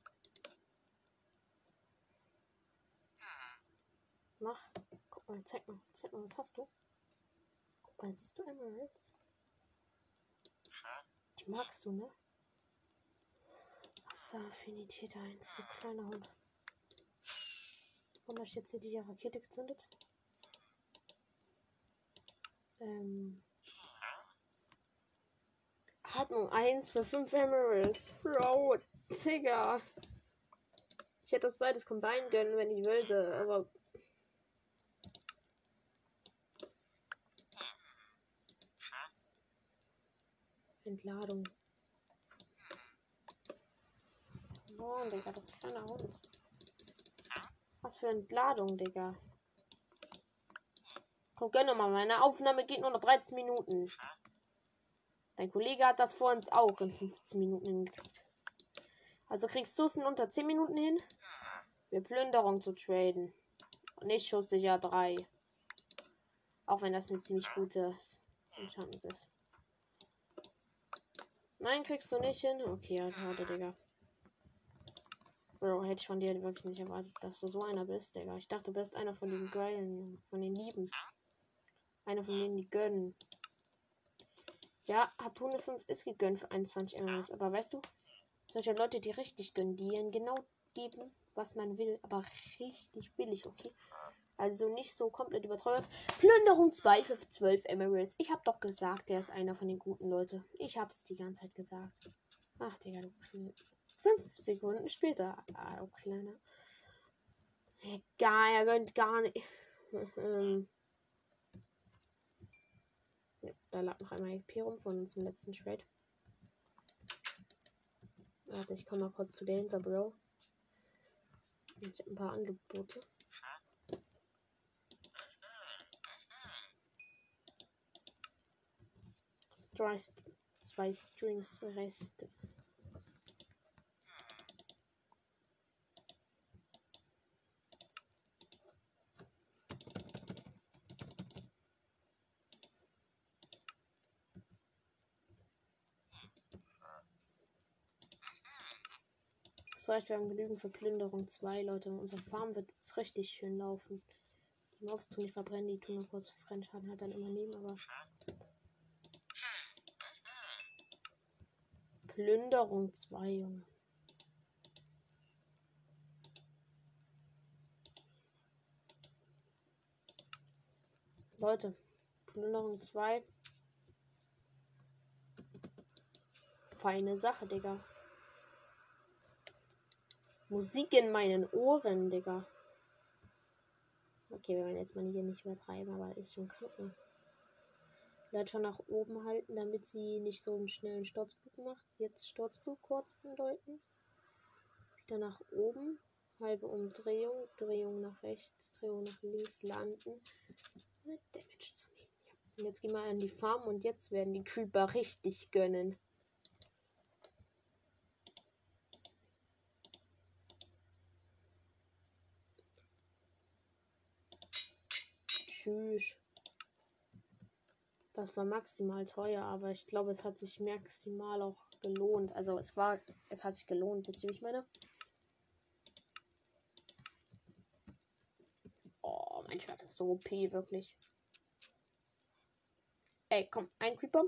Mach. Guck mal, zeig mal. Zeig mal, was hast du? Guck mal, siehst du Emeralds? Die magst du, ne? Wasseraffinität eins, du kleiner Hund. Warum habe ich jetzt hier die Rakete gezündet? Ähm. Atmung eins für fünf Emeralds. Bro, Digga. Ich hätte das beides combine gönnen, wenn ich wollte, aber. Entladung. Oh, Digga, du kleiner Hund. Was für Entladung, Digga. Komm, gönn mal, meine Aufnahme geht nur noch dreizehn Minuten. Dein Kollege hat das vor uns auch in fünfzehn Minuten hingekriegt. Also kriegst du es in unter zehn Minuten hin, mir Plünderung zu traden. Und nicht schusssicher drei. Auch wenn das eine ziemlich gute Enchantment ist. Nein, kriegst du nicht hin. Okay, also warte, Digga. Bro, hätte ich von dir wirklich nicht erwartet, dass du so einer bist, Digga. Ich dachte, du bist einer von den Geilen, von den Lieben. Einer von denen, die gönnen. Ja, Harpune fünf ist gegönnt für einundzwanzig Emeralds. Aber weißt du, solche Leute, die richtig gönnen, die ihnen genau geben, was man will, aber richtig billig, okay? Also nicht so komplett überteuert. Plünderung zwei für zwölf Emeralds. Ich hab doch gesagt, der ist einer von den guten Leuten. Ich hab's die ganze Zeit gesagt. Ach, Digga, du kleiner. Fünf Sekunden später. Ah, du kleiner. Egal, er gönnt gar nicht. ähm. Ja, da lag noch einmal E P rum von unserem letzten Trade. Warte, ich komme mal kurz zu der hinter, Bro. Ich habe ein paar Angebote. Stri- Zwei Strings Reste. Das reicht, wir haben genügend für Plünderung zwei, Leute. Unsere Farm wird jetzt richtig schön laufen. Die Mobs tun nicht verbrennen, die tun nur kurz Fremdschaden halt dann immer nehmen, aber. Plünderung zwei, Junge. Leute, Plünderung zwei. Feine Sache, Digga. Musik in meinen Ohren, Digga. Okay, wir werden jetzt mal hier nicht übertreiben, aber ist schon kacke. Leute schon nach oben halten, damit sie nicht so einen schnellen Sturzflug macht. Jetzt Sturzflug kurz andeuten. Wieder nach oben. Halbe Umdrehung. Drehung nach rechts. Drehung nach links. Landen. Und Damage zu nehmen. Ja. Und jetzt gehen wir an die Farm und jetzt werden die Creeper richtig gönnen. Tschüss. Das war maximal teuer, aber ich glaube, es hat sich maximal auch gelohnt. Also es war, es hat sich gelohnt, wisst ihr, wie ich meine? Oh, mein Schwert ist so O P, wirklich. Ey, komm, ein Creeper.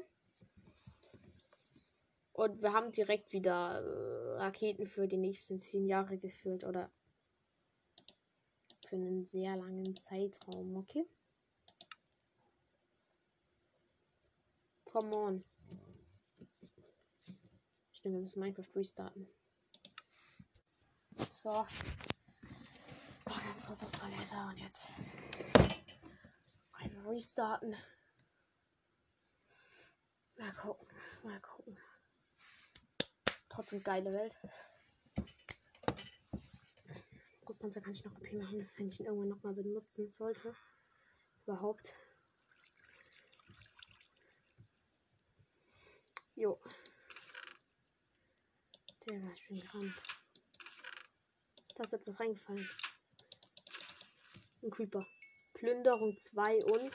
Und wir haben direkt wieder äh, Raketen für die nächsten zehn Jahre geführt. Oder für einen sehr langen Zeitraum, okay? Come on. Stimmt, wir müssen Minecraft restarten. So. Ach, jetzt war's auf Toilette und jetzt einmal restarten. Mal gucken, mal gucken. Trotzdem geile Welt. Großpanzer kann ich noch O P machen, wenn ich ihn irgendwann nochmal benutzen sollte. Überhaupt. Jo. Der war schön gerannt. Da ist etwas reingefallen. Ein Creeper. Plünderung zwei und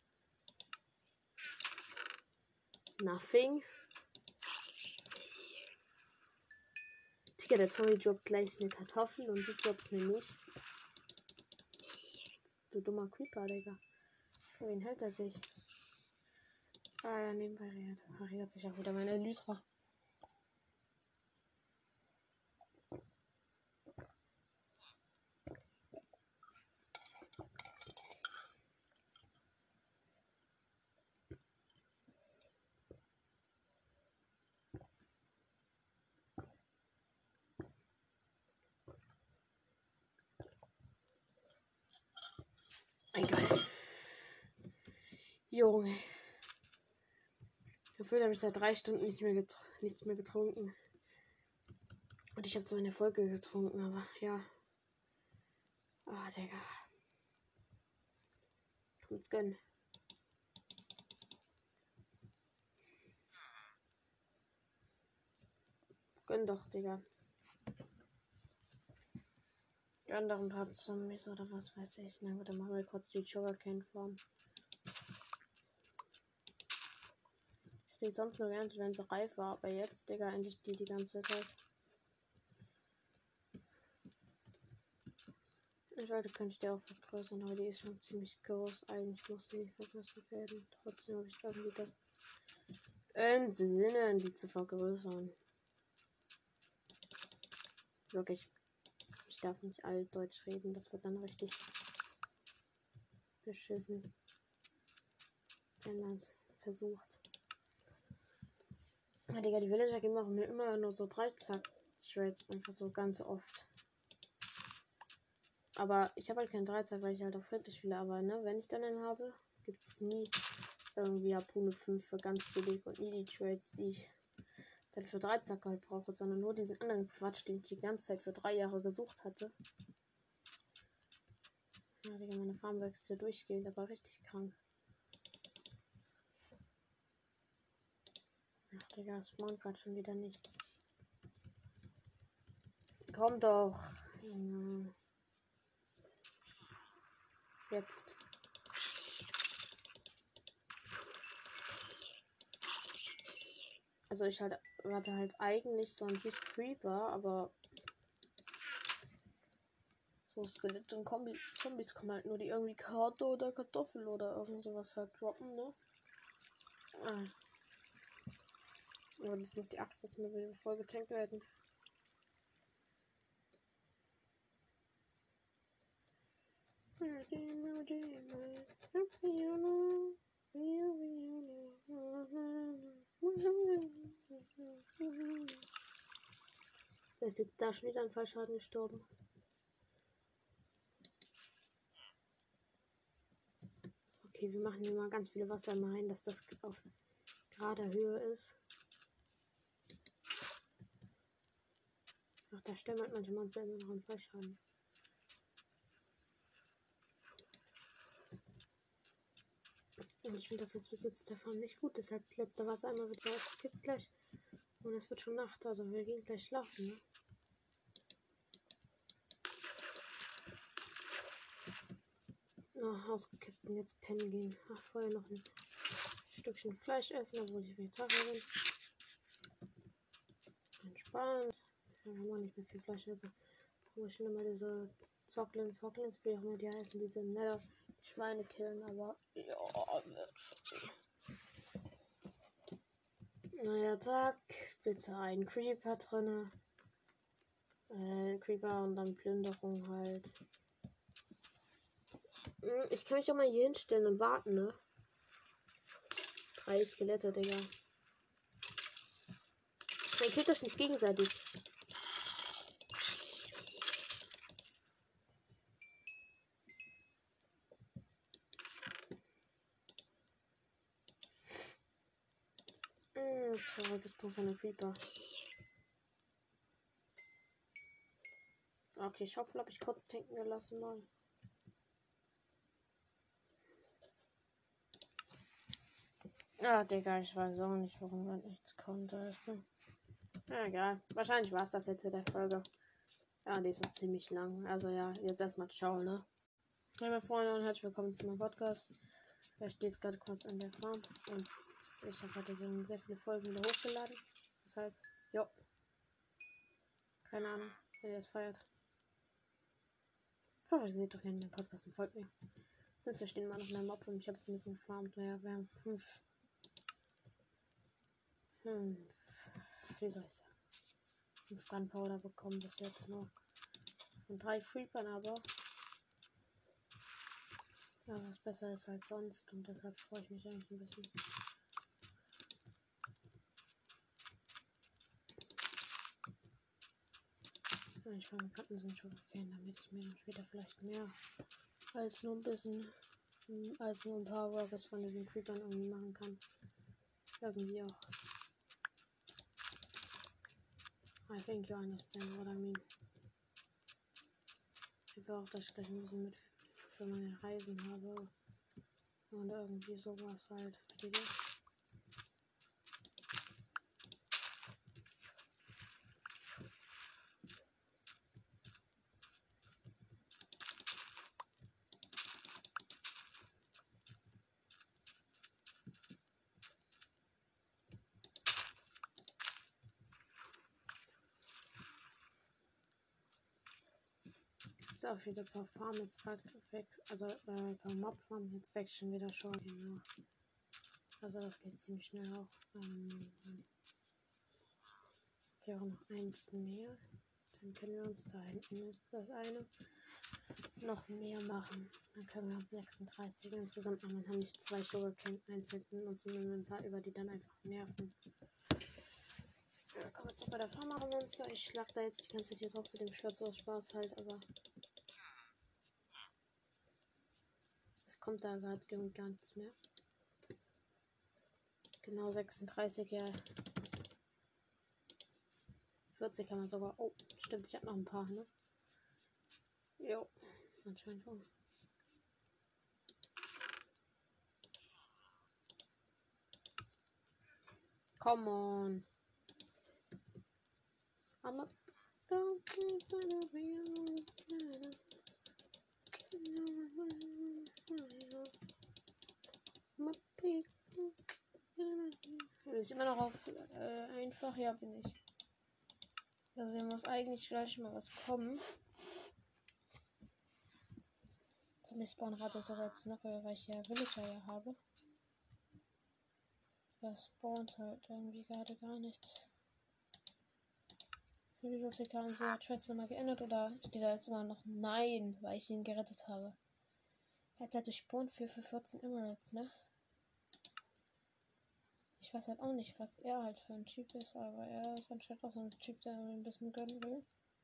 Nothing. Digga, der Zombie droppt gleich eine Kartoffel und du droppst mir nicht. Du dummer Creeper, Digga. Für wen hält er sich? Ah ja, nebenbei reagiert. Verriert sich auch wieder meine Elytra. Egal. Junge. Dafür habe ich seit drei Stunden nicht mehr nichts mehr getrunken. Und ich habe zwar eine Folge getrunken, aber ja. Ah, oh, Digga. Kommt's gönnen. Gönn doch, Digga. Gönn doch ein paar Zombies oder was weiß ich. Na gut, dann machen wir kurz die Sugarcane Farm. Ich hätte sonst nur geerntet, wenn sie reif war, aber jetzt, Digga, endlich die die ganze Zeit. Ich wollte, könnte ich die auch vergrößern, aber die ist schon ziemlich groß. Eigentlich muss die nicht vergrößert werden. Trotzdem habe ich irgendwie das Entsinnen, die zu vergrößern. Wirklich. Ich darf nicht altdeutsch reden, das wird dann richtig beschissen. Wenn man es versucht. Ja, Digga, die Villager geben auch mir immer nur so drei Zack-Trades, einfach so ganz oft. Aber ich habe halt keinen Dreizack, weil ich halt auf friedlich spiele. Aber ne, wenn ich dann einen habe, gibt es nie irgendwie Harpune fünf für ganz billig und nie die Trades, die ich dann für Dreizack halt brauche, sondern nur diesen anderen Quatsch, den ich die ganze Zeit für drei Jahre gesucht hatte. Ja, Digga, meine Farm wächst hier durchgehend, aber richtig krank. Ach, Digga, es spawnt gerade schon wieder nichts. Komm doch. Ja. Jetzt. Also ich halt, warte halt eigentlich so an sich Creeper, aber so Skelette und Kombi Zombies kommen halt nur, die irgendwie Karte oder Kartoffel oder irgend sowas halt droppen, ne? Ah. Aber das muss die Axt, dass mir wieder voll getankt werden. Er ist jetzt da schon wieder an Fallschaden gestorben. Okay, wir machen hier mal ganz viele Wasser rein, dass das auf gerader Höhe ist. Ach, da sterben halt manche Monster immer noch an Fallschaden. Und ich finde das jetzt bis jetzt der Farm nicht gut. Deshalb letzter Wasser einmal wird ausgekippt gleich. Und es wird schon Nacht, also wir gehen gleich schlafen, ne? Oh, ausgekippt und jetzt pennen gehen. Ach, vorher noch ein Stückchen Fleisch essen, obwohl ich Vegetarier bin. Entspannt. Wir haben auch nicht mehr viel Fleisch, also muss ich immer diese Zocklins, Zocklins, wie auch immer die heißen, diese Nether Schweine killen, aber ja, wird schon. Neuer Tag, bitte ein Creeper drinne. Äh, Creeper und dann Plünderung halt. Ich kann mich doch mal hier hinstellen und warten, ne? Drei Skelette, Digga. Man killt euch nicht gegenseitig. Hm, trauriges Punkt von einem Creeper. Okay, Schaufel habe ich kurz tanken gelassen mal. Ja, Digga, ich weiß auch nicht, warum da nichts kommt. Weißt du? Ja, egal. Wahrscheinlich war es das jetzt in der Folge. Ja, die ist auch ziemlich lang. Also ja, jetzt erstmal ciao, ne? Hey, meine Freunde und herzlich willkommen zu meinem Podcast. Ich stehe jetzt gerade kurz an der Farm und ich habe heute so sehr viele Folgen wieder hochgeladen. Deshalb, jo. Keine Ahnung, wer das feiert. Ich hoffe, ihr seht doch gerne meinen Podcast und folgt mir. Sonst wir stehen immer noch in einem Mob und ich habe jetzt ein bisschen gefarmt. Naja, wir haben fünf. Fünf. Wie soll ich sagen? Fünf Gunpowder bekommen bis jetzt noch. Von drei Creepern aber. Ja, was besser ist als sonst und deshalb freue ich mich eigentlich ein bisschen. Ich fange Platten sind schon okay, damit ich mir dann später vielleicht mehr als nur ein bisschen, als nur ein paar Workers von diesen Creepern irgendwie machen kann. Irgendwie auch. I think you understand what I mean. Ich hoffe auch, dass ich gleich ein bisschen mit für meine Reisen habe. Und irgendwie sowas halt. Versteht ihr? So, auf wieder zur Farm jetzt weg, also äh, zur Mob-Farm, jetzt wächst schon wieder schon, genau. Also das geht ziemlich schnell auch. Ähm, hier auch noch eins mehr. Dann können wir uns da hinten ist das eine noch mehr machen. Dann können wir auf sechsunddreißig insgesamt machen. Dann haben nicht zwei Sugarcane einzeln in unserem Inventar über, die dann einfach nerven. Ja, komm jetzt noch bei der Farm machen Monster. Ich schlag da jetzt die ganze Zeit hier drauf mit dem Schwert aus Spaß halt, aber es kommt da gerade gar nichts mehr. Genau sechsunddreißig, ja. vierzig kann man sogar. Oh, stimmt, ich habe noch ein paar, ne? Jo, anscheinend schon. Come on. I'm a bin ich immer noch auf äh, einfach? Ja, bin ich. Also hier muss eigentlich gleich mal was kommen. Zum Spawnrate sogar jetzt noch, weil ich ja Villager ja habe. Das spawnt halt irgendwie gerade gar nichts. Wie viel C K und so hat Threads nochmal geändert oder steht da jetzt immer noch nein, weil ich ihn gerettet habe. Jetzt hat er Spawn für, für vierzehn Emeralds, ne? Ich Ich weiß halt auch nicht, was er halt für ein Typ ist, aber er ist anscheinend auch so ein Typ, der mir ein bisschen gönnen will.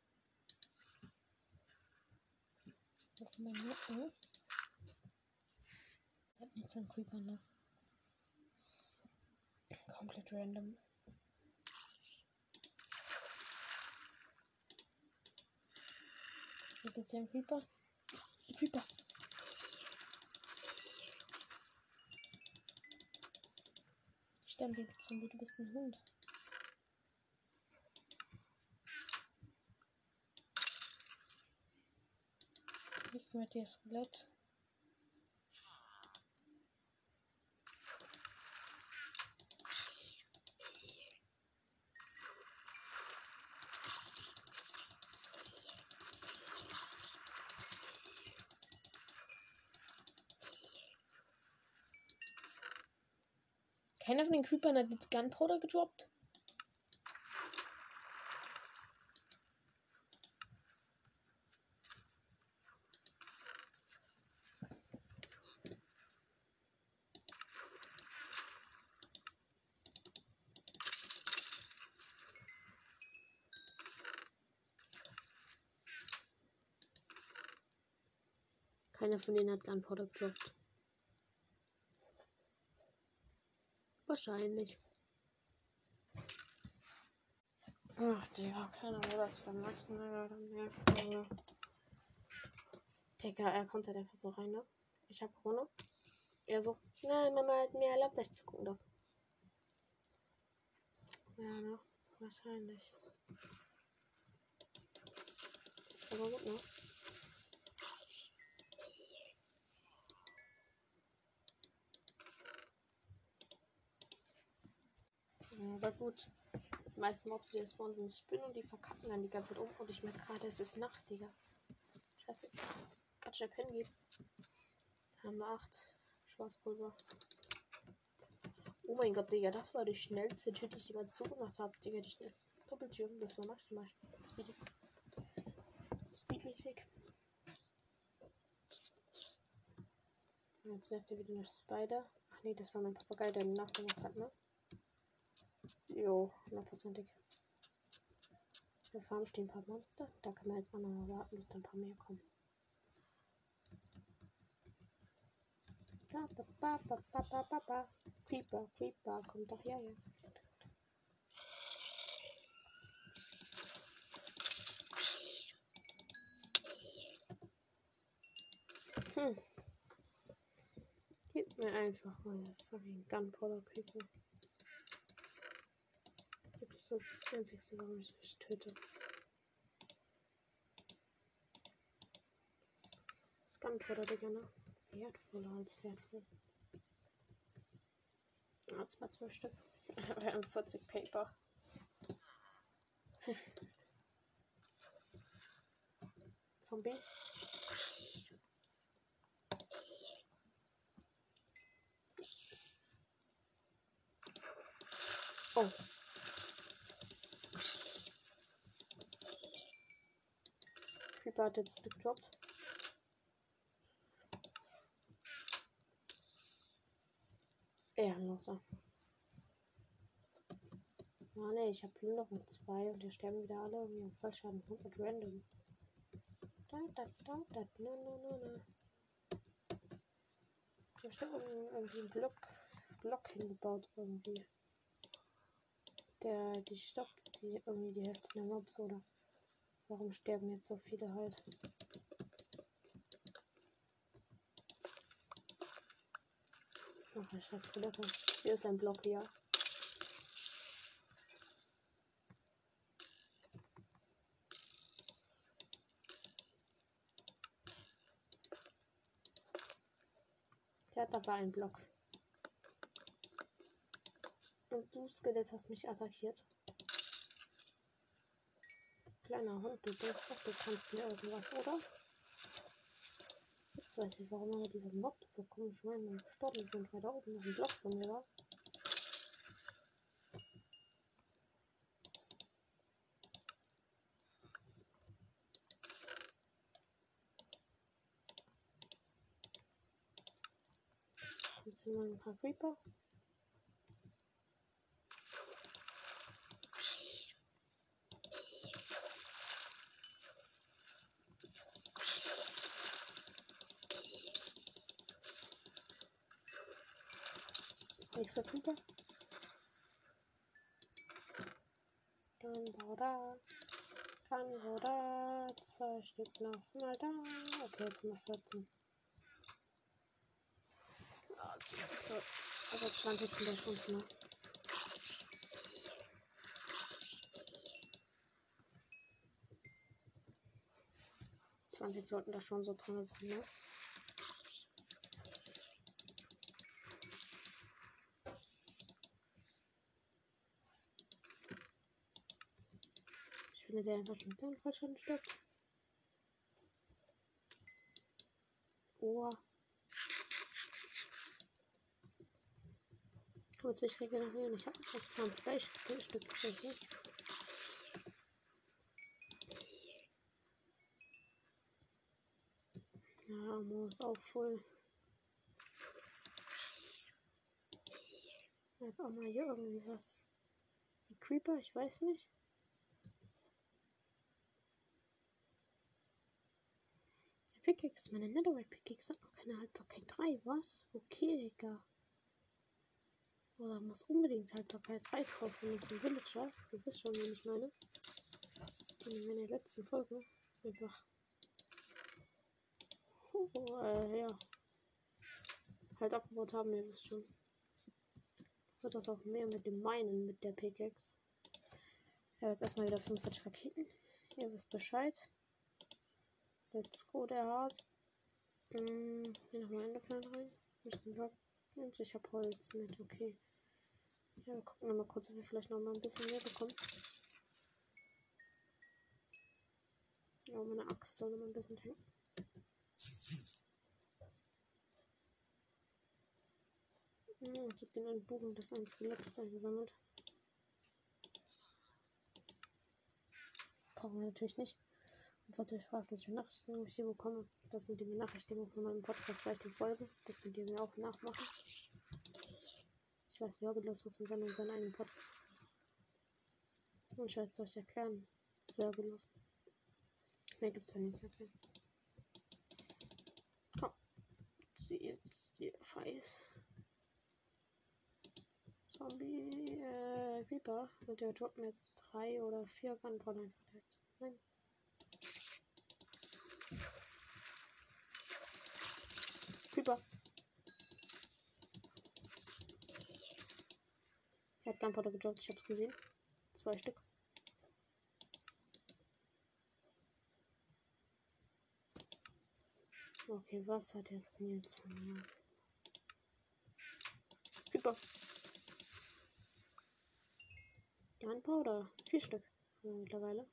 Auf meinen Nacken. Hat nichts an Creeper, ne? Komplett random. Ist jetzt hier ein Creeper? Ein Creeper! Sterben die zum Glück, du bist ein Hund. Ich mit dir Skelett. Keiner von den Creepern hat jetzt Gunpowder gedroppt. Keiner von denen hat Gunpowder gedroppt. Wahrscheinlich. Ach, Digga, keine Ahnung, was für Maxen oder mehr. Digga, er kommt halt einfach so rein, ne? Ich hab Corona. Er so, nein, Mama hat mir erlaubt, dass ich zu gucken darf. Ja, ne? Wahrscheinlich. Aber gut, ne? Ja, aber gut. Die meisten Mobs, die spawnen, sind Spinnen und die verkacken dann die ganze Zeit um. Und ich merke gerade, es ist Nacht, Digga. Scheiße. Ganz schnell pennen gehen. Haben wir acht. Schwarzpulver. Oh mein Gott, Digga, das war die schnellste Tür, die ich jemals zugemacht habe. Digga, die schnellste Doppeltür. Das war maximal speedy. Speedmäßig. Jetzt nervt er wieder eine Spider. Ach nee, das war mein Papagei, der eine Nacht gemacht hat, ne? Jo, hundertprozentig. Auf der Farm stehen ein paar Monster. Da kann man jetzt auch noch mal warten, bis da ein paar mehr kommen. Ba, ba, ba, ba, ba, ba, ba. Creeper, Creeper, kommt doch her, ja. Hm. Gib mir einfach mal fucking Gunpowder Creeper. Das ist das Einzige, warum ich mich töte. Das Gunpowder, Digga, ne? Wertvoller als wertvoll. Ja, zwar zwölf Stück. Wir haben vierzig Paper. Zombie. Oh. Creeper hat jetzt gedroppt. Ehrenloser. Ah ne, ich habe Plünderung zwei und hier sterben wieder alle irgendwie auf Fallschaden. Komplett random. Da, da, da, da, na, na, na, na. Hier steht irgendwie ein Block, Block hingebaut irgendwie. Der, die stoppt die irgendwie die Hälfte der Mobs, oder? Warum sterben jetzt so viele halt? Ach, der scheiß Toilette. Hier ist ein Block hier. Der hat aber einen Block. Und du, Skelett, hast mich attackiert. Kleiner Hund, du denkst doch, du kannst mir irgendwas, oder? Jetzt weiß ich, warum immer diese Mobs so komisch random gestorben sind, weil da oben noch ein Block von mir war. Jetzt sind wir ein paar Creeper. Nächster Creeper. Gunpowder. Gunpowder. Zwei Stück noch mal da. Okay, jetzt mal vierzehn. Ja, zwanzig so. Also zwanzig sind da schon drin. zwanzig sollten da schon so drin sein, ne? Ich finde, der einfach schon ganz falsch ansteckt. Oh. Jetzt will ich regenerieren. Ich habe extra ein Fleischstück gegessen. Ja, muss auch voll. Jetzt auch mal hier irgendwie was. Ein Creeper, ich weiß nicht. Pickaxe, meine Netherite Pickaxe hat noch keine Haltbarkeit drei, was? Okay, Digga. Oder muss unbedingt Haltbarkeit drei drauf, wenn es ein Villager. Du wisst schon, wen ich meine. Den in meiner letzten Folge einfach. Oh, äh, ja. Halt abgebaut haben, ihr wisst schon. Wird das auch mehr mit dem Meinen mit der Pickaxe. Ich habe jetzt erstmal wieder fünfundvierzig Raketen. Ihr wisst Bescheid. Let's go, der Hase. Hm, hier nochmal Enderplan rein. Und ich habe Holz mit, okay. Ja, wir gucken nochmal kurz, ob wir vielleicht noch mal ein bisschen mehr bekommen. Ja, meine Axt soll noch mal ein bisschen tanken. Hm, ich habe den einen Buchen das einzige letzte eingesammelt. Brauchen wir natürlich nicht. Und falls ihr euch fragt, welche Benachrichtigungen ich hier bekomme, das sind die Benachrichtigungen von meinem Podcast, vielleicht in Folge. Das könnt ihr mir auch nachmachen. Ich weiß, wie hobbylos muss man sein und seinen eigenen Podcast. Und ich werde es euch erklären. Sehr hobbylos. Mehr gibt es ja nicht zu erklären. Komm. Sie jetzt die Scheiß. Zombie, äh, Creeper. Und der droppt mir jetzt drei oder vier Gunpowder einfach direkt. Nein. Creeper. Er hat Gunpowder gedroppt, ich hab's gesehen. Zwei Stück. Okay, was hat jetzt Nils von mir? Creeper. Gunpowder. Vier Stück. Ja, mittlerweile.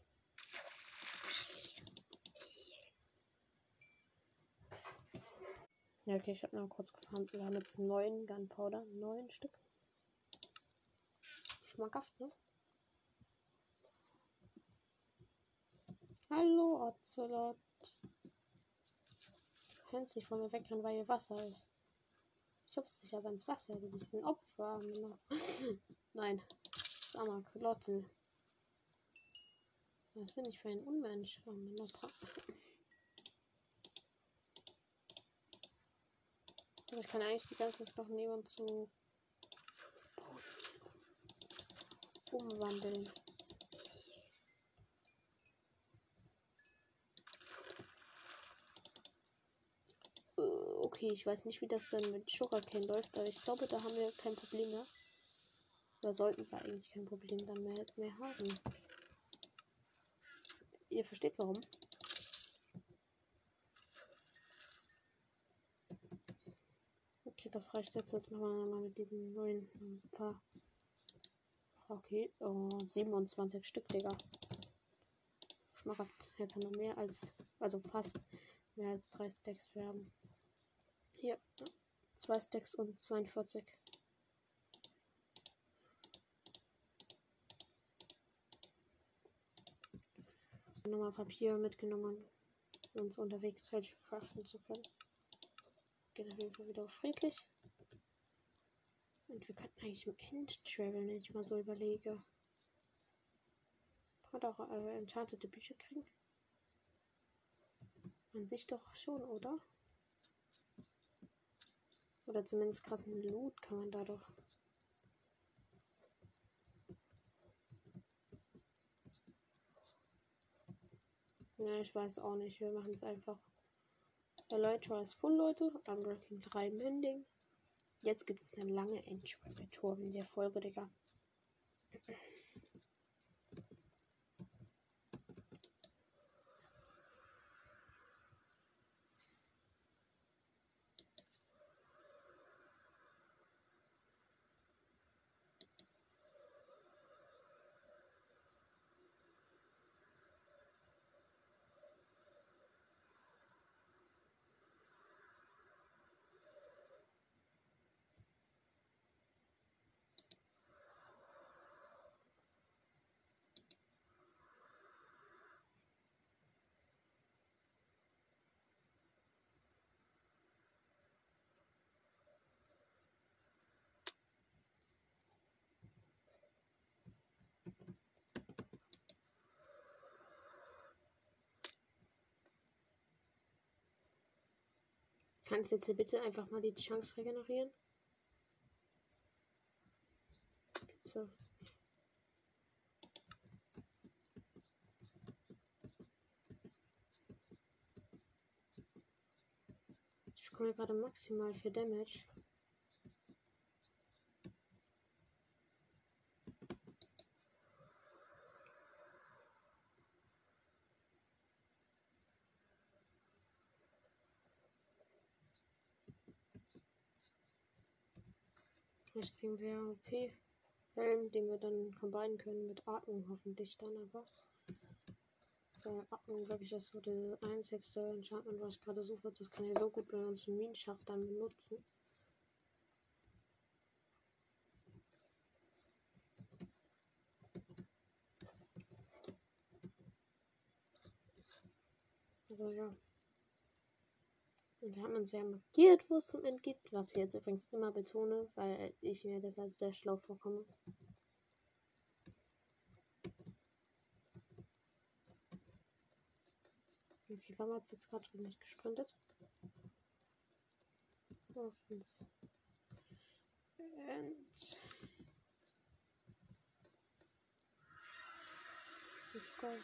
Ja, okay, ich habe mal kurz gefahren. Wir haben jetzt neun Gunpowder. Neun Stück. Schmackhaft, ne? Hallo, Ocelot. Du kannst nicht von mir wegrennen, weil hier Wasser ist. Ich hup's dich aber ins Wasser. Du bist ein Opfer. Nein. Sag mal, Axolotl. Was bin ich für ein Unmensch? Aber ich kann eigentlich die ganzen Knochen nehmen und zu umwandeln. Okay, ich weiß nicht, wie das dann mit Sugarcane läuft, aber ich glaube, da haben wir kein Problem mehr. Oder sollten wir eigentlich kein Problem dann mehr, mehr haben. Ihr versteht warum. Okay, das reicht jetzt. Jetzt machen wir mal mit diesen neuen ein paar. Okay, oh, siebenundzwanzig Stück, Digga. Schmackhaft. Jetzt haben wir mehr als, also fast mehr als drei Stacks. Wir haben hier zwei Stacks und zweiundvierzig. Nochmal Papier mitgenommen, um uns unterwegs halt craften zu können. Geht auf jeden Fall wieder friedlich. Und wir könnten eigentlich im End traveln, wenn ich mal so überlege. Kann man auch äh, enchantete Bücher kriegen? An sich doch schon, oder? Oder zumindest krassen Loot kann man dadurch. Ja, ich weiß auch nicht. Wir machen es einfach. Elytra ist full, Leute. Unbreaking drei Mending. Jetzt gibt es eine lange Endspurt in der Folge, Digga. Kannst du jetzt bitte einfach mal die Chance regenerieren? So. Ich bekomme gerade maximal für Damage. Vielleicht kriegen wir O P-Helm, den wir dann combinen können mit Atmung hoffentlich dann einfach. Weil Atmung wirklich ist so das einzigste Enchantment, was ich gerade suche. Das kann ich so gut bei uns im Minenschacht dann benutzen. Also ja. Und wir haben uns ja markiert, wo es zum End geht, was ich jetzt übrigens immer betone, weil ich mir deshalb sehr schlau vorkomme. Okay, warum hat es jetzt gerade nicht gesprintet? Auf ins End. Let's go.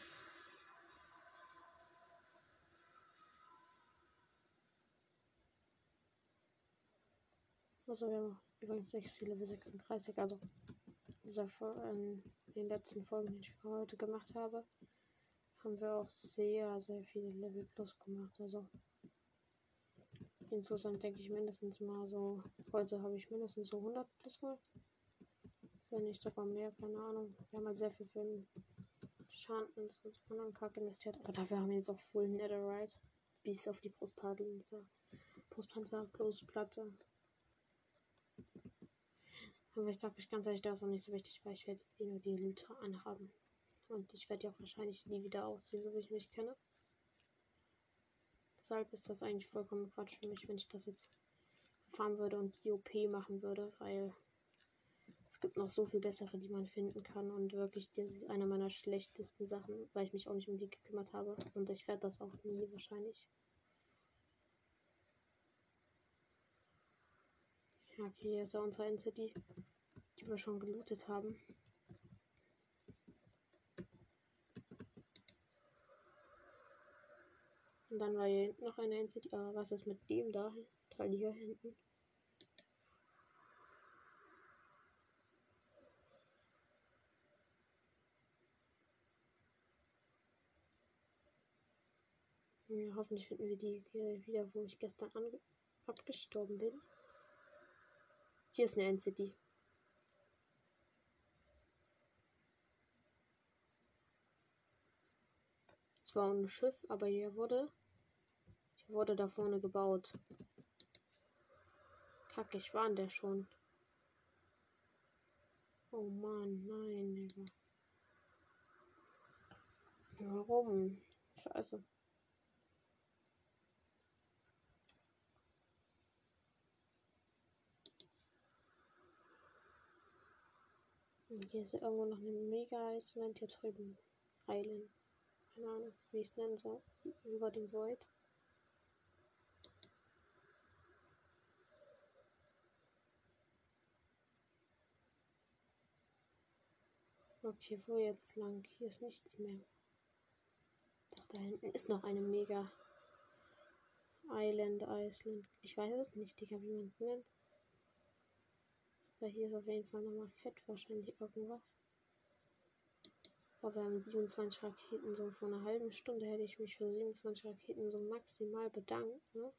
Also wir haben übrigens sechs viele Level sechsunddreißig, also dieser in den letzten Folgen, die ich heute gemacht habe, haben wir auch sehr, sehr viele Level plus gemacht. Also insgesamt denke ich mindestens mal so, heute habe ich mindestens so hundert plus mal. Wenn nicht sogar mehr, keine Ahnung. Wir haben halt sehr viel für den Enchantments und so anderen Kack investiert. Aber dafür haben wir jetzt auch Full Netherite. Bis auf die Brustpanzer. Brustpanzer plus Platte. Aber ich sag euch ganz ehrlich, das ist auch nicht so wichtig, weil ich werde jetzt eh nur die Elytra anhaben. Und ich werde ja auch wahrscheinlich nie wieder aussehen, so wie ich mich kenne. Deshalb ist das eigentlich vollkommen Quatsch für mich, wenn ich das jetzt fahren würde und die O P machen würde, weil es gibt noch so viel bessere, die man finden kann. Und wirklich, das ist eine meiner schlechtesten Sachen, weil ich mich auch nicht um die gekümmert habe. Und ich werde das auch nie wahrscheinlich. Ja, okay, hier ist ja unsere N C D, die wir schon gelootet haben. Und dann war hier hinten noch eine N C D. Aber was ist mit dem da? Teil hier hinten. Ja, hoffentlich finden wir die hier wieder, wo ich gestern abgestorben bin. Hier ist eine N C D. Zwar ein Schiff, aber hier wurde, hier wurde da vorne gebaut. Kacke, ich war in der schon. Oh Mann, nein, Digga. Warum? Scheiße. Und hier ist ja irgendwo noch eine mega Island hier drüben. Island. Keine Ahnung, wie ich es nennen soll. Über dem Void. Okay, wo jetzt lang? Hier ist nichts mehr. Doch, da hinten ist noch eine Mega Island, Island. Ich weiß es nicht, Digga, wie man es nennt. Weil hier ist auf jeden Fall nochmal fett wahrscheinlich irgendwas. Aber wir haben siebenundzwanzig Raketen. So vor einer halben Stunde hätte ich mich für siebenundzwanzig Raketen so maximal bedankt, ne?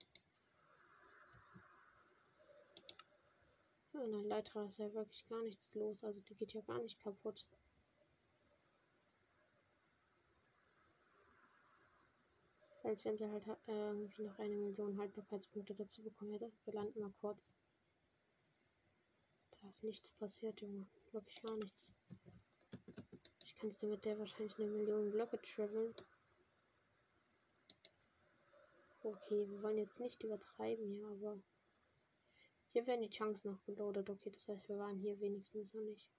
Ja, an der Leiter ist ja wirklich gar nichts los. Also die geht ja gar nicht kaputt. Als wenn sie halt äh, irgendwie noch eine Million Haltbarkeitspunkte dazu bekommen hätte. Wir landen mal kurz. Da ist nichts passiert, Junge. Wirklich gar nichts. Ich kann dir mit der wahrscheinlich eine Million Blöcke traveln. Okay, wir wollen jetzt nicht übertreiben hier, aber hier werden die Chunks noch geloadet. Okay, das heißt, wir waren hier wenigstens noch nicht.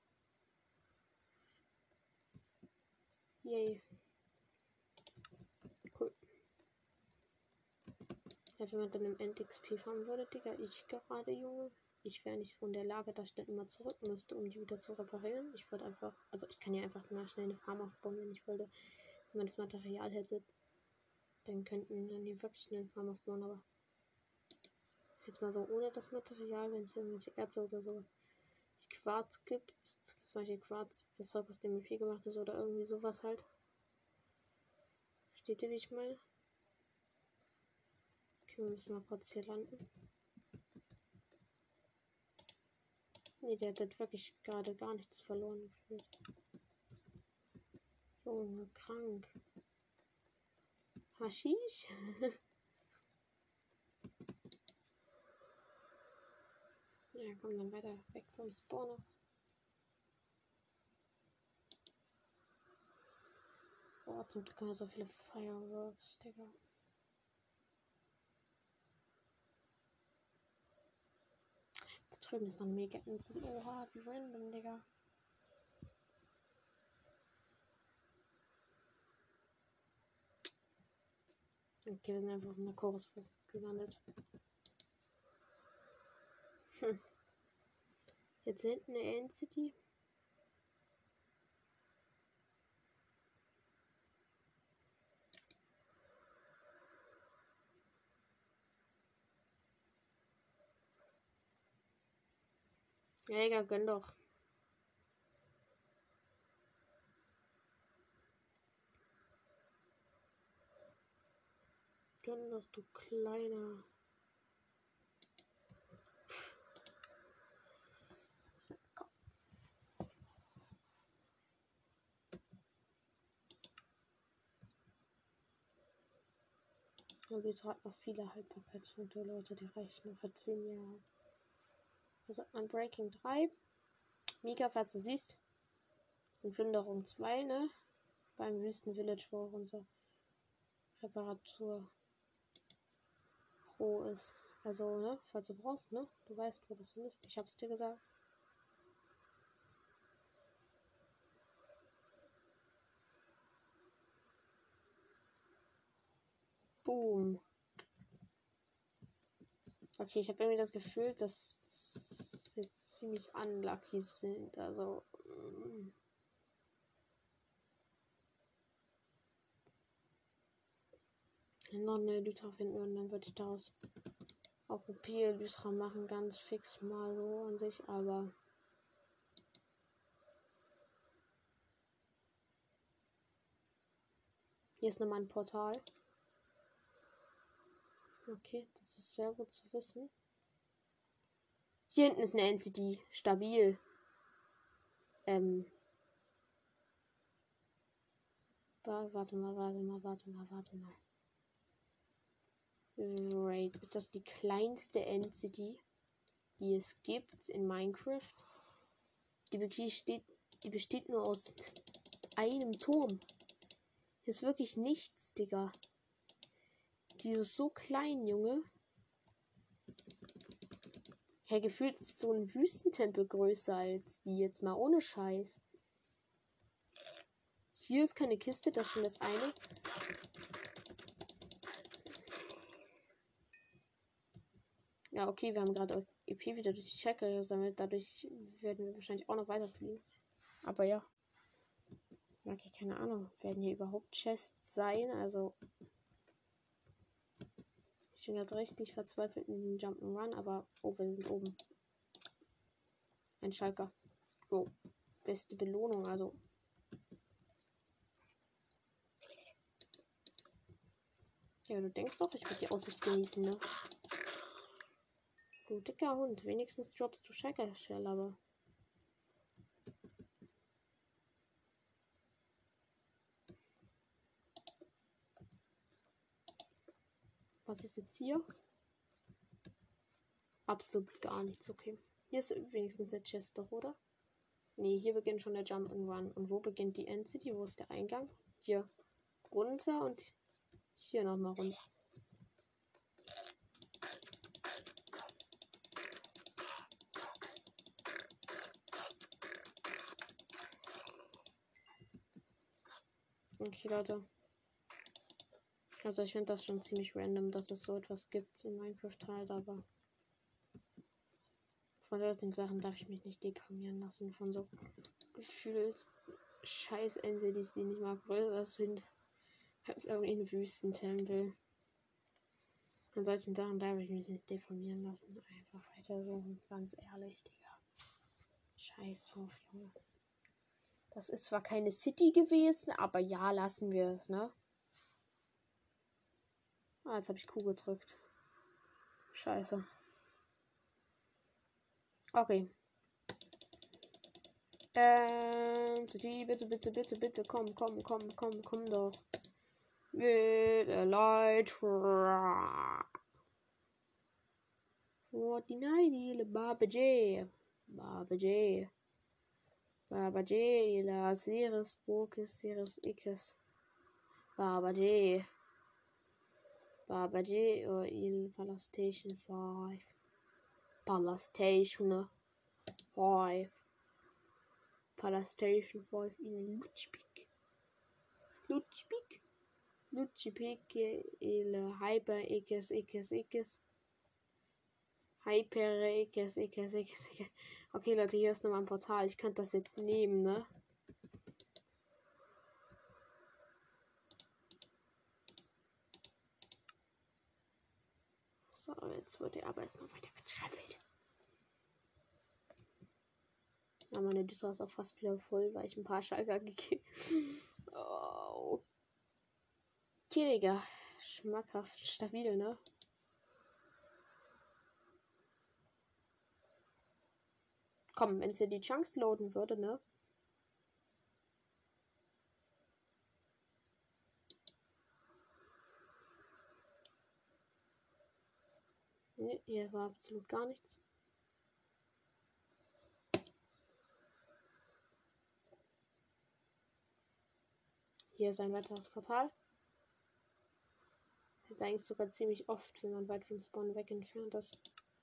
Yay. Cool. Ja, wenn man dann im End X P fahren würde, Digga, ich gerade, Junge. Ich wäre nicht so in der Lage, dass ich dann immer zurück müsste, um die wieder zu reparieren. Ich würde einfach, also ich kann ja einfach mal schnell eine Farm aufbauen, wenn ich wollte. Wenn man das Material hätte, dann könnten wir hier wirklich schnell eine Farm aufbauen, aber jetzt mal so ohne das Material, wenn es irgendwelche Erze oder sowas, Quarz gibt, solche Quarz, das Zeug aus dem M P gemacht ist oder irgendwie sowas halt. Versteht ihr, wie ich meine? Okay, wir müssen mal kurz hier landen. Ne, der hat wirklich gerade gar nichts verloren gefühlt. Junge, krank. Haschisch? Ja, komm dann weiter weg vom Spawner. Boah, zum Glück haben wir so viele Fireworks, Digga. Da drüben ist noch ein mega Insel. Oha, wie random, Digga. Okay, wir sind einfach in der Chorus gelandet. Hm. Jetzt hinten eine End City. Ja, Digga, gönn doch. Gönn doch, du kleiner. Und jetzt hat noch viele Haltbarkeitspunkte, Leute, die reichen nur für zehn Jahre. Was hat man? Breaking drei. Mika, falls du siehst. Und Plünderung zwei, ne? Beim Wüsten-Village, wo unsere Reparatur Pro ist. Also, ne? Falls du brauchst, ne? Du weißt, wo du findest. Ich hab's dir gesagt. Boom. Okay, ich habe irgendwie das Gefühl, dass wir ziemlich unlucky sind. Also. Mm. Noch eine Lytra finden und dann würde ich daraus auch O P-Lytra machen, ganz fix mal so an sich, aber. Hier ist nochmal ein Portal. Okay, das ist sehr gut zu wissen. Hier hinten ist eine N C D. Stabil. Ähm. Warte mal, warte mal, warte mal, warte mal. Right. Ist das die kleinste N C D, die es gibt in Minecraft? Die besteht, die besteht nur aus einem Turm. Hier ist wirklich nichts, Digga. Die ist so klein, Junge. Hey, gefühlt ist so ein Wüstentempel größer als die, jetzt mal ohne Scheiß. Hier ist keine Kiste, das ist schon das eine. Ja, okay, wir haben gerade E P wieder durch die Checker gesammelt. Dadurch werden wir wahrscheinlich auch noch weiterfliegen. Aber ja. Okay, keine Ahnung. Werden hier überhaupt Chests sein? Also. Ich bin jetzt richtig verzweifelt in den Jump'n'Run, aber. Oh, wir sind oben. Ein Schalker. Oh. Beste Belohnung, also. Ja, du denkst doch, ich würde die Aussicht genießen, ne? Du dicker Hund. Wenigstens droppst du Schalker Shell, aber. Was ist jetzt hier? Absolut gar nichts, okay. Hier ist wenigstens der Chest doch, oder? Nee, hier beginnt schon der Jump'n'Run. Und wo beginnt die End-City? Wo ist der Eingang? Hier runter und hier nochmal runter. Okay, Leute. Also ich finde das schon ziemlich random, dass es so etwas gibt in Minecraft halt, aber von solchen Sachen darf ich mich nicht deprimieren lassen. Von so gefühlt scheiß N-Cities, die nicht mal größer sind als irgendein Wüstentempel. Von solchen Sachen darf ich mich nicht deprimieren lassen. Einfach weiter so, ganz ehrlich, Digga. Scheiß drauf, Junge. Das ist zwar keine City gewesen, aber ja, lassen wir es, ne? Ah, jetzt habe ich Q gedrückt. Scheiße. Okay. Ähm, City, bitte, bitte, bitte, bitte, komm, komm, komm, komm, komm doch. Mit Elytra. forty-nine, Baba J. Baba J. Baba J. La Ceres Burkes, Ceres Ikes. Baba J. Baba J. Or Il Palastation five. Palastation five. Palastation five in Lutschpik. Lutschpik. Lutschpik. Il Hyper Ikes, Ikes, Ikes. Hyper Ikes, Ikes, Ikes, Ikes. Okay, Leute, hier ist nochmal ein Portal. Ich könnte das jetzt nehmen, ne? So, jetzt wird der aber erstmal weiter getreffelt. Ja, meine Düse ist auch fast wieder voll, weil ich ein paar Schalker gegeben oh. Okay, Digga. Schmackhaft, stabil, ne? Komm, wenn es hier die Chunks loaden würde, ne? Ne, hier war absolut gar nichts. Hier ist ein weiteres Portal. Jetzt eigentlich sogar ziemlich oft, wenn man weit vom Spawn weg entfernt ist.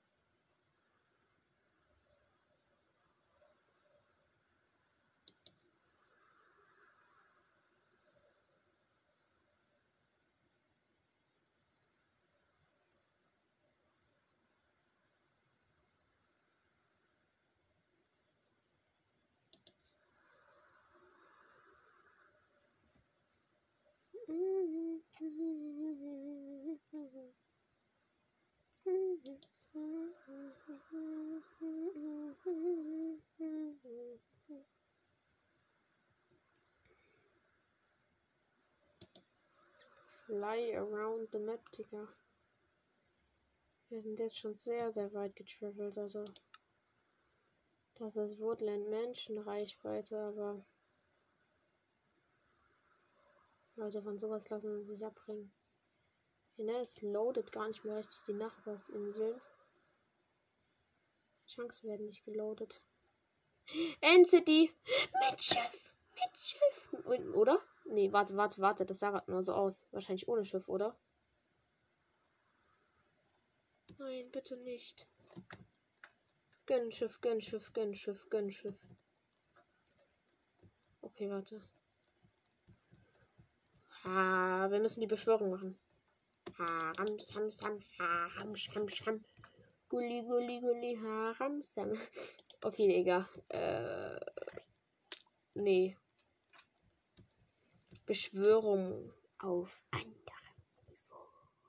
Fly around the map, Digga. Wir sind jetzt schon sehr, sehr weit getravelt, also. Das ist Woodland Mansion Reichweite, aber. Leute, von sowas lassen wir sich abbringen. Ne, es loadet gar nicht mehr richtig die Nachbarsinseln. Chunks werden nicht geloadet. N-City! Mit Schiff! Mit Schiff! Und, oder? Nee, warte, warte, warte. Das sah gerade nur so aus. Wahrscheinlich ohne Schiff, oder? Nein, bitte nicht. Gönn Schiff, gönn Schiff, gönn Schiff, gönn Schiff. Okay, warte. Ha, wir müssen die Beschwörung machen. Ha, ram, sam, sam, ha, ham, sham, sham. Gulli, gulli, gulli, ha, ram, sam. Okay, Digga. Äh. Nee. Beschwörung auf anderem Niveau.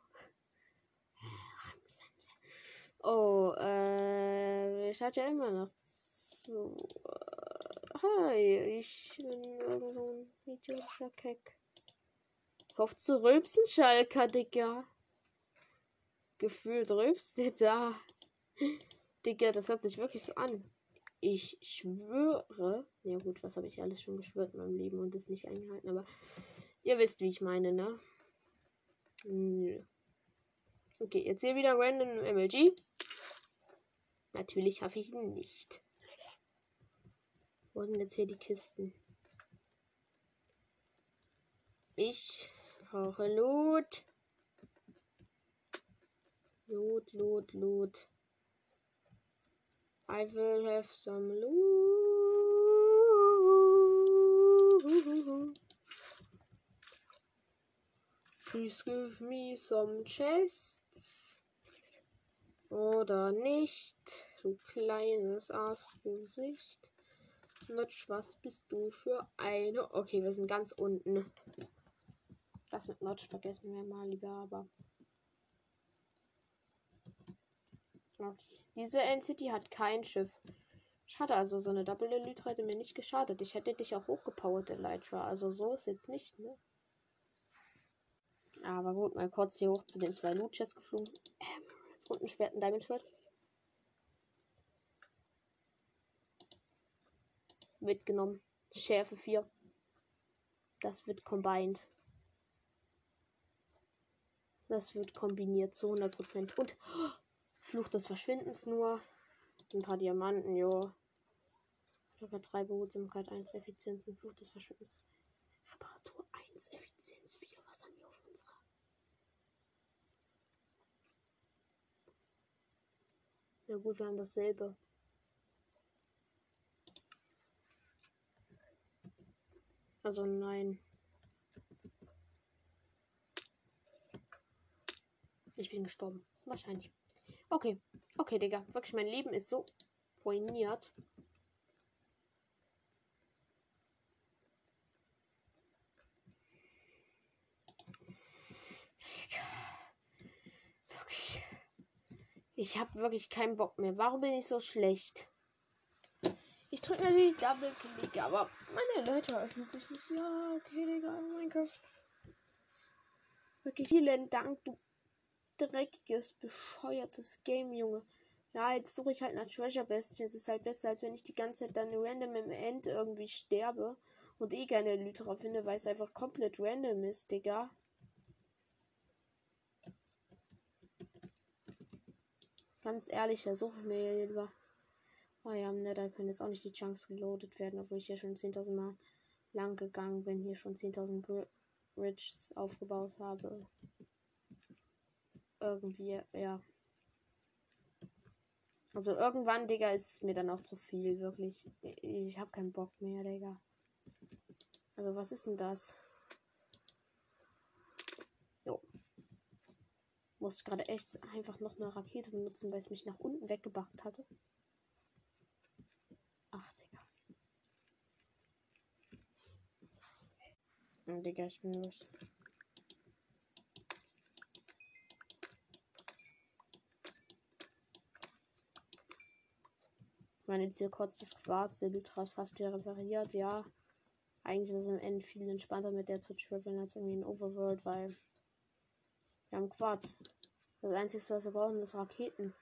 Oh, äh, ich hatte ja immer noch so. Äh, hi, ich bin irgend so ein idiotischer Keck. Hofft zu rülpsen, Schalker, Digga. Gefühlt rülpst der da. Digga, das hört sich wirklich so an. Ich schwöre. Ja gut, was habe ich alles schon geschwört in meinem Leben und das nicht eingehalten, aber ihr wisst, wie ich meine, ne? Nö. Okay, jetzt hier wieder random M L G. Natürlich schaffe ich ihn nicht. Wo sind jetzt hier die Kisten? Ich brauche Loot. Loot, Loot, Loot. I will have some loot. Please give me some chests. Oder nicht. Du kleines Arschgesicht. Notch, was bist du für eine? Okay, wir sind ganz unten. Das mit Notch vergessen wir mal lieber, aber. Okay. Diese N-City hat kein Schiff. Schade, also so eine Double Elite hätte mir nicht geschadet. Ich hätte dich auch hochgepowert, Elytra. Also so ist jetzt nicht, ne? Aber gut, mal kurz hier hoch zu den zwei Loot-Chests geflogen. Ähm, jetzt unten Schwert und Diamond Schwert. Mitgenommen. Schärfe vier. Das wird combined. Das wird kombiniert zu hundert Prozent. Und oh, Fluch des Verschwindens nur. Ein paar Diamanten, jo. Locker drei Behutsamkeit, eins Effizienz und Fluch des Verschwindens. Reparatur eins, Effizienz vier. Was haben wir auf unserer? Na gut, wir haben dasselbe. Also nein. Ich bin gestorben. Wahrscheinlich. Okay. Okay, Digga. Wirklich, mein Leben ist so ruiniert. Wirklich. Ich habe wirklich keinen Bock mehr. Warum bin ich so schlecht? Ich drücke natürlich Double Click, aber meine Leute öffnen sich nicht. Ja, okay, Digga. Minecraft. Wirklich vielen Dank, du dreckiges, bescheuertes Game, Junge. Ja, jetzt suche ich halt nach Treasure Bestien. Es ist halt besser, als wenn ich die ganze Zeit dann random im End irgendwie sterbe und eh keine Elytra finde, weil es einfach komplett random ist, Digga. Ganz ehrlich, da suche ich mir lieber. Oh ja, ne, da können jetzt auch nicht die Chunks reloaded werden, obwohl ich hier schon zehntausend Mal lang gegangen bin, hier schon zehntausend Bridges aufgebaut habe. Irgendwie, ja. Also irgendwann, Digga, ist es mir dann auch zu viel, wirklich. Ich habe keinen Bock mehr, Digga. Also was ist denn das? Jo. Musste gerade echt einfach noch eine Rakete benutzen, weil es mich nach unten weggebackt hatte. Ach, Digga. Ja, Digga, ich bin los. Ich meine, jetzt hier kurz das Quarz, der Lytra ist fast wieder repariert, ja. Eigentlich ist es im Ende viel entspannter mit der zu traveln als irgendwie in Overworld, weil wir haben Quarz. Das Einzige, was wir brauchen, ist Raketen.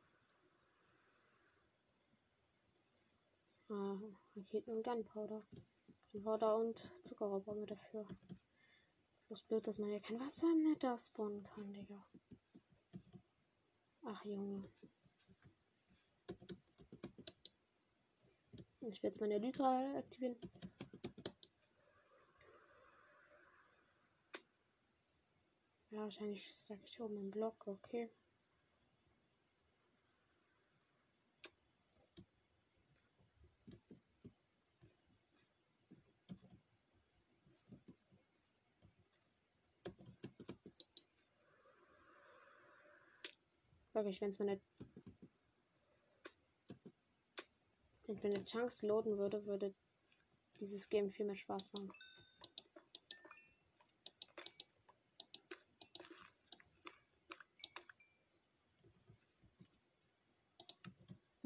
Ah, Raketen und Gunpowder. Gunpowder und Zuckerrohr brauchen wir dafür. Bloß blöd, dass man ja kein Wasser im Nether spawnen kann, Digga. Ach, Junge. Ich werde jetzt meine Elytra aktivieren. Ja, wahrscheinlich sage ich oben im Block, okay. Wirklich, wenn es meine wenn meine Chunks loaden würde, würde dieses Game viel mehr Spaß machen.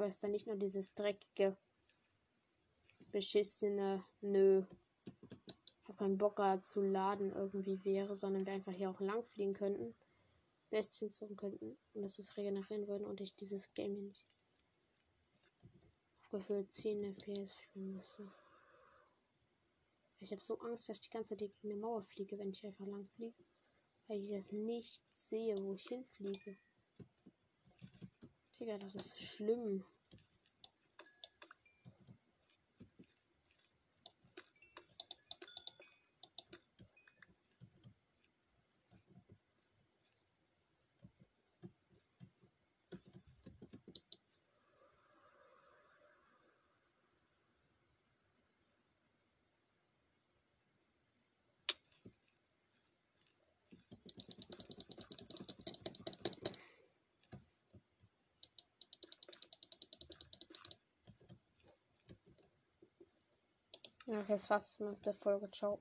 Weil es dann nicht nur dieses dreckige, beschissene, nö, ich habe keinen Bock gerade zu laden irgendwie wäre, sondern wir einfach hier auch lang fliegen könnten, Bestien suchen könnten und dass es regenerieren würden und ich dieses Game hier nicht gefühlt zehn F P S fühlen müsste. Ich habe so Angst, dass ich die ganze Zeit gegen eine Mauer fliege, wenn ich einfach lang fliege. Weil ich das nicht sehe, wo ich hinfliege. Digga, das ist schlimm. Ja, okay, das war's mit der Folge. Ciao.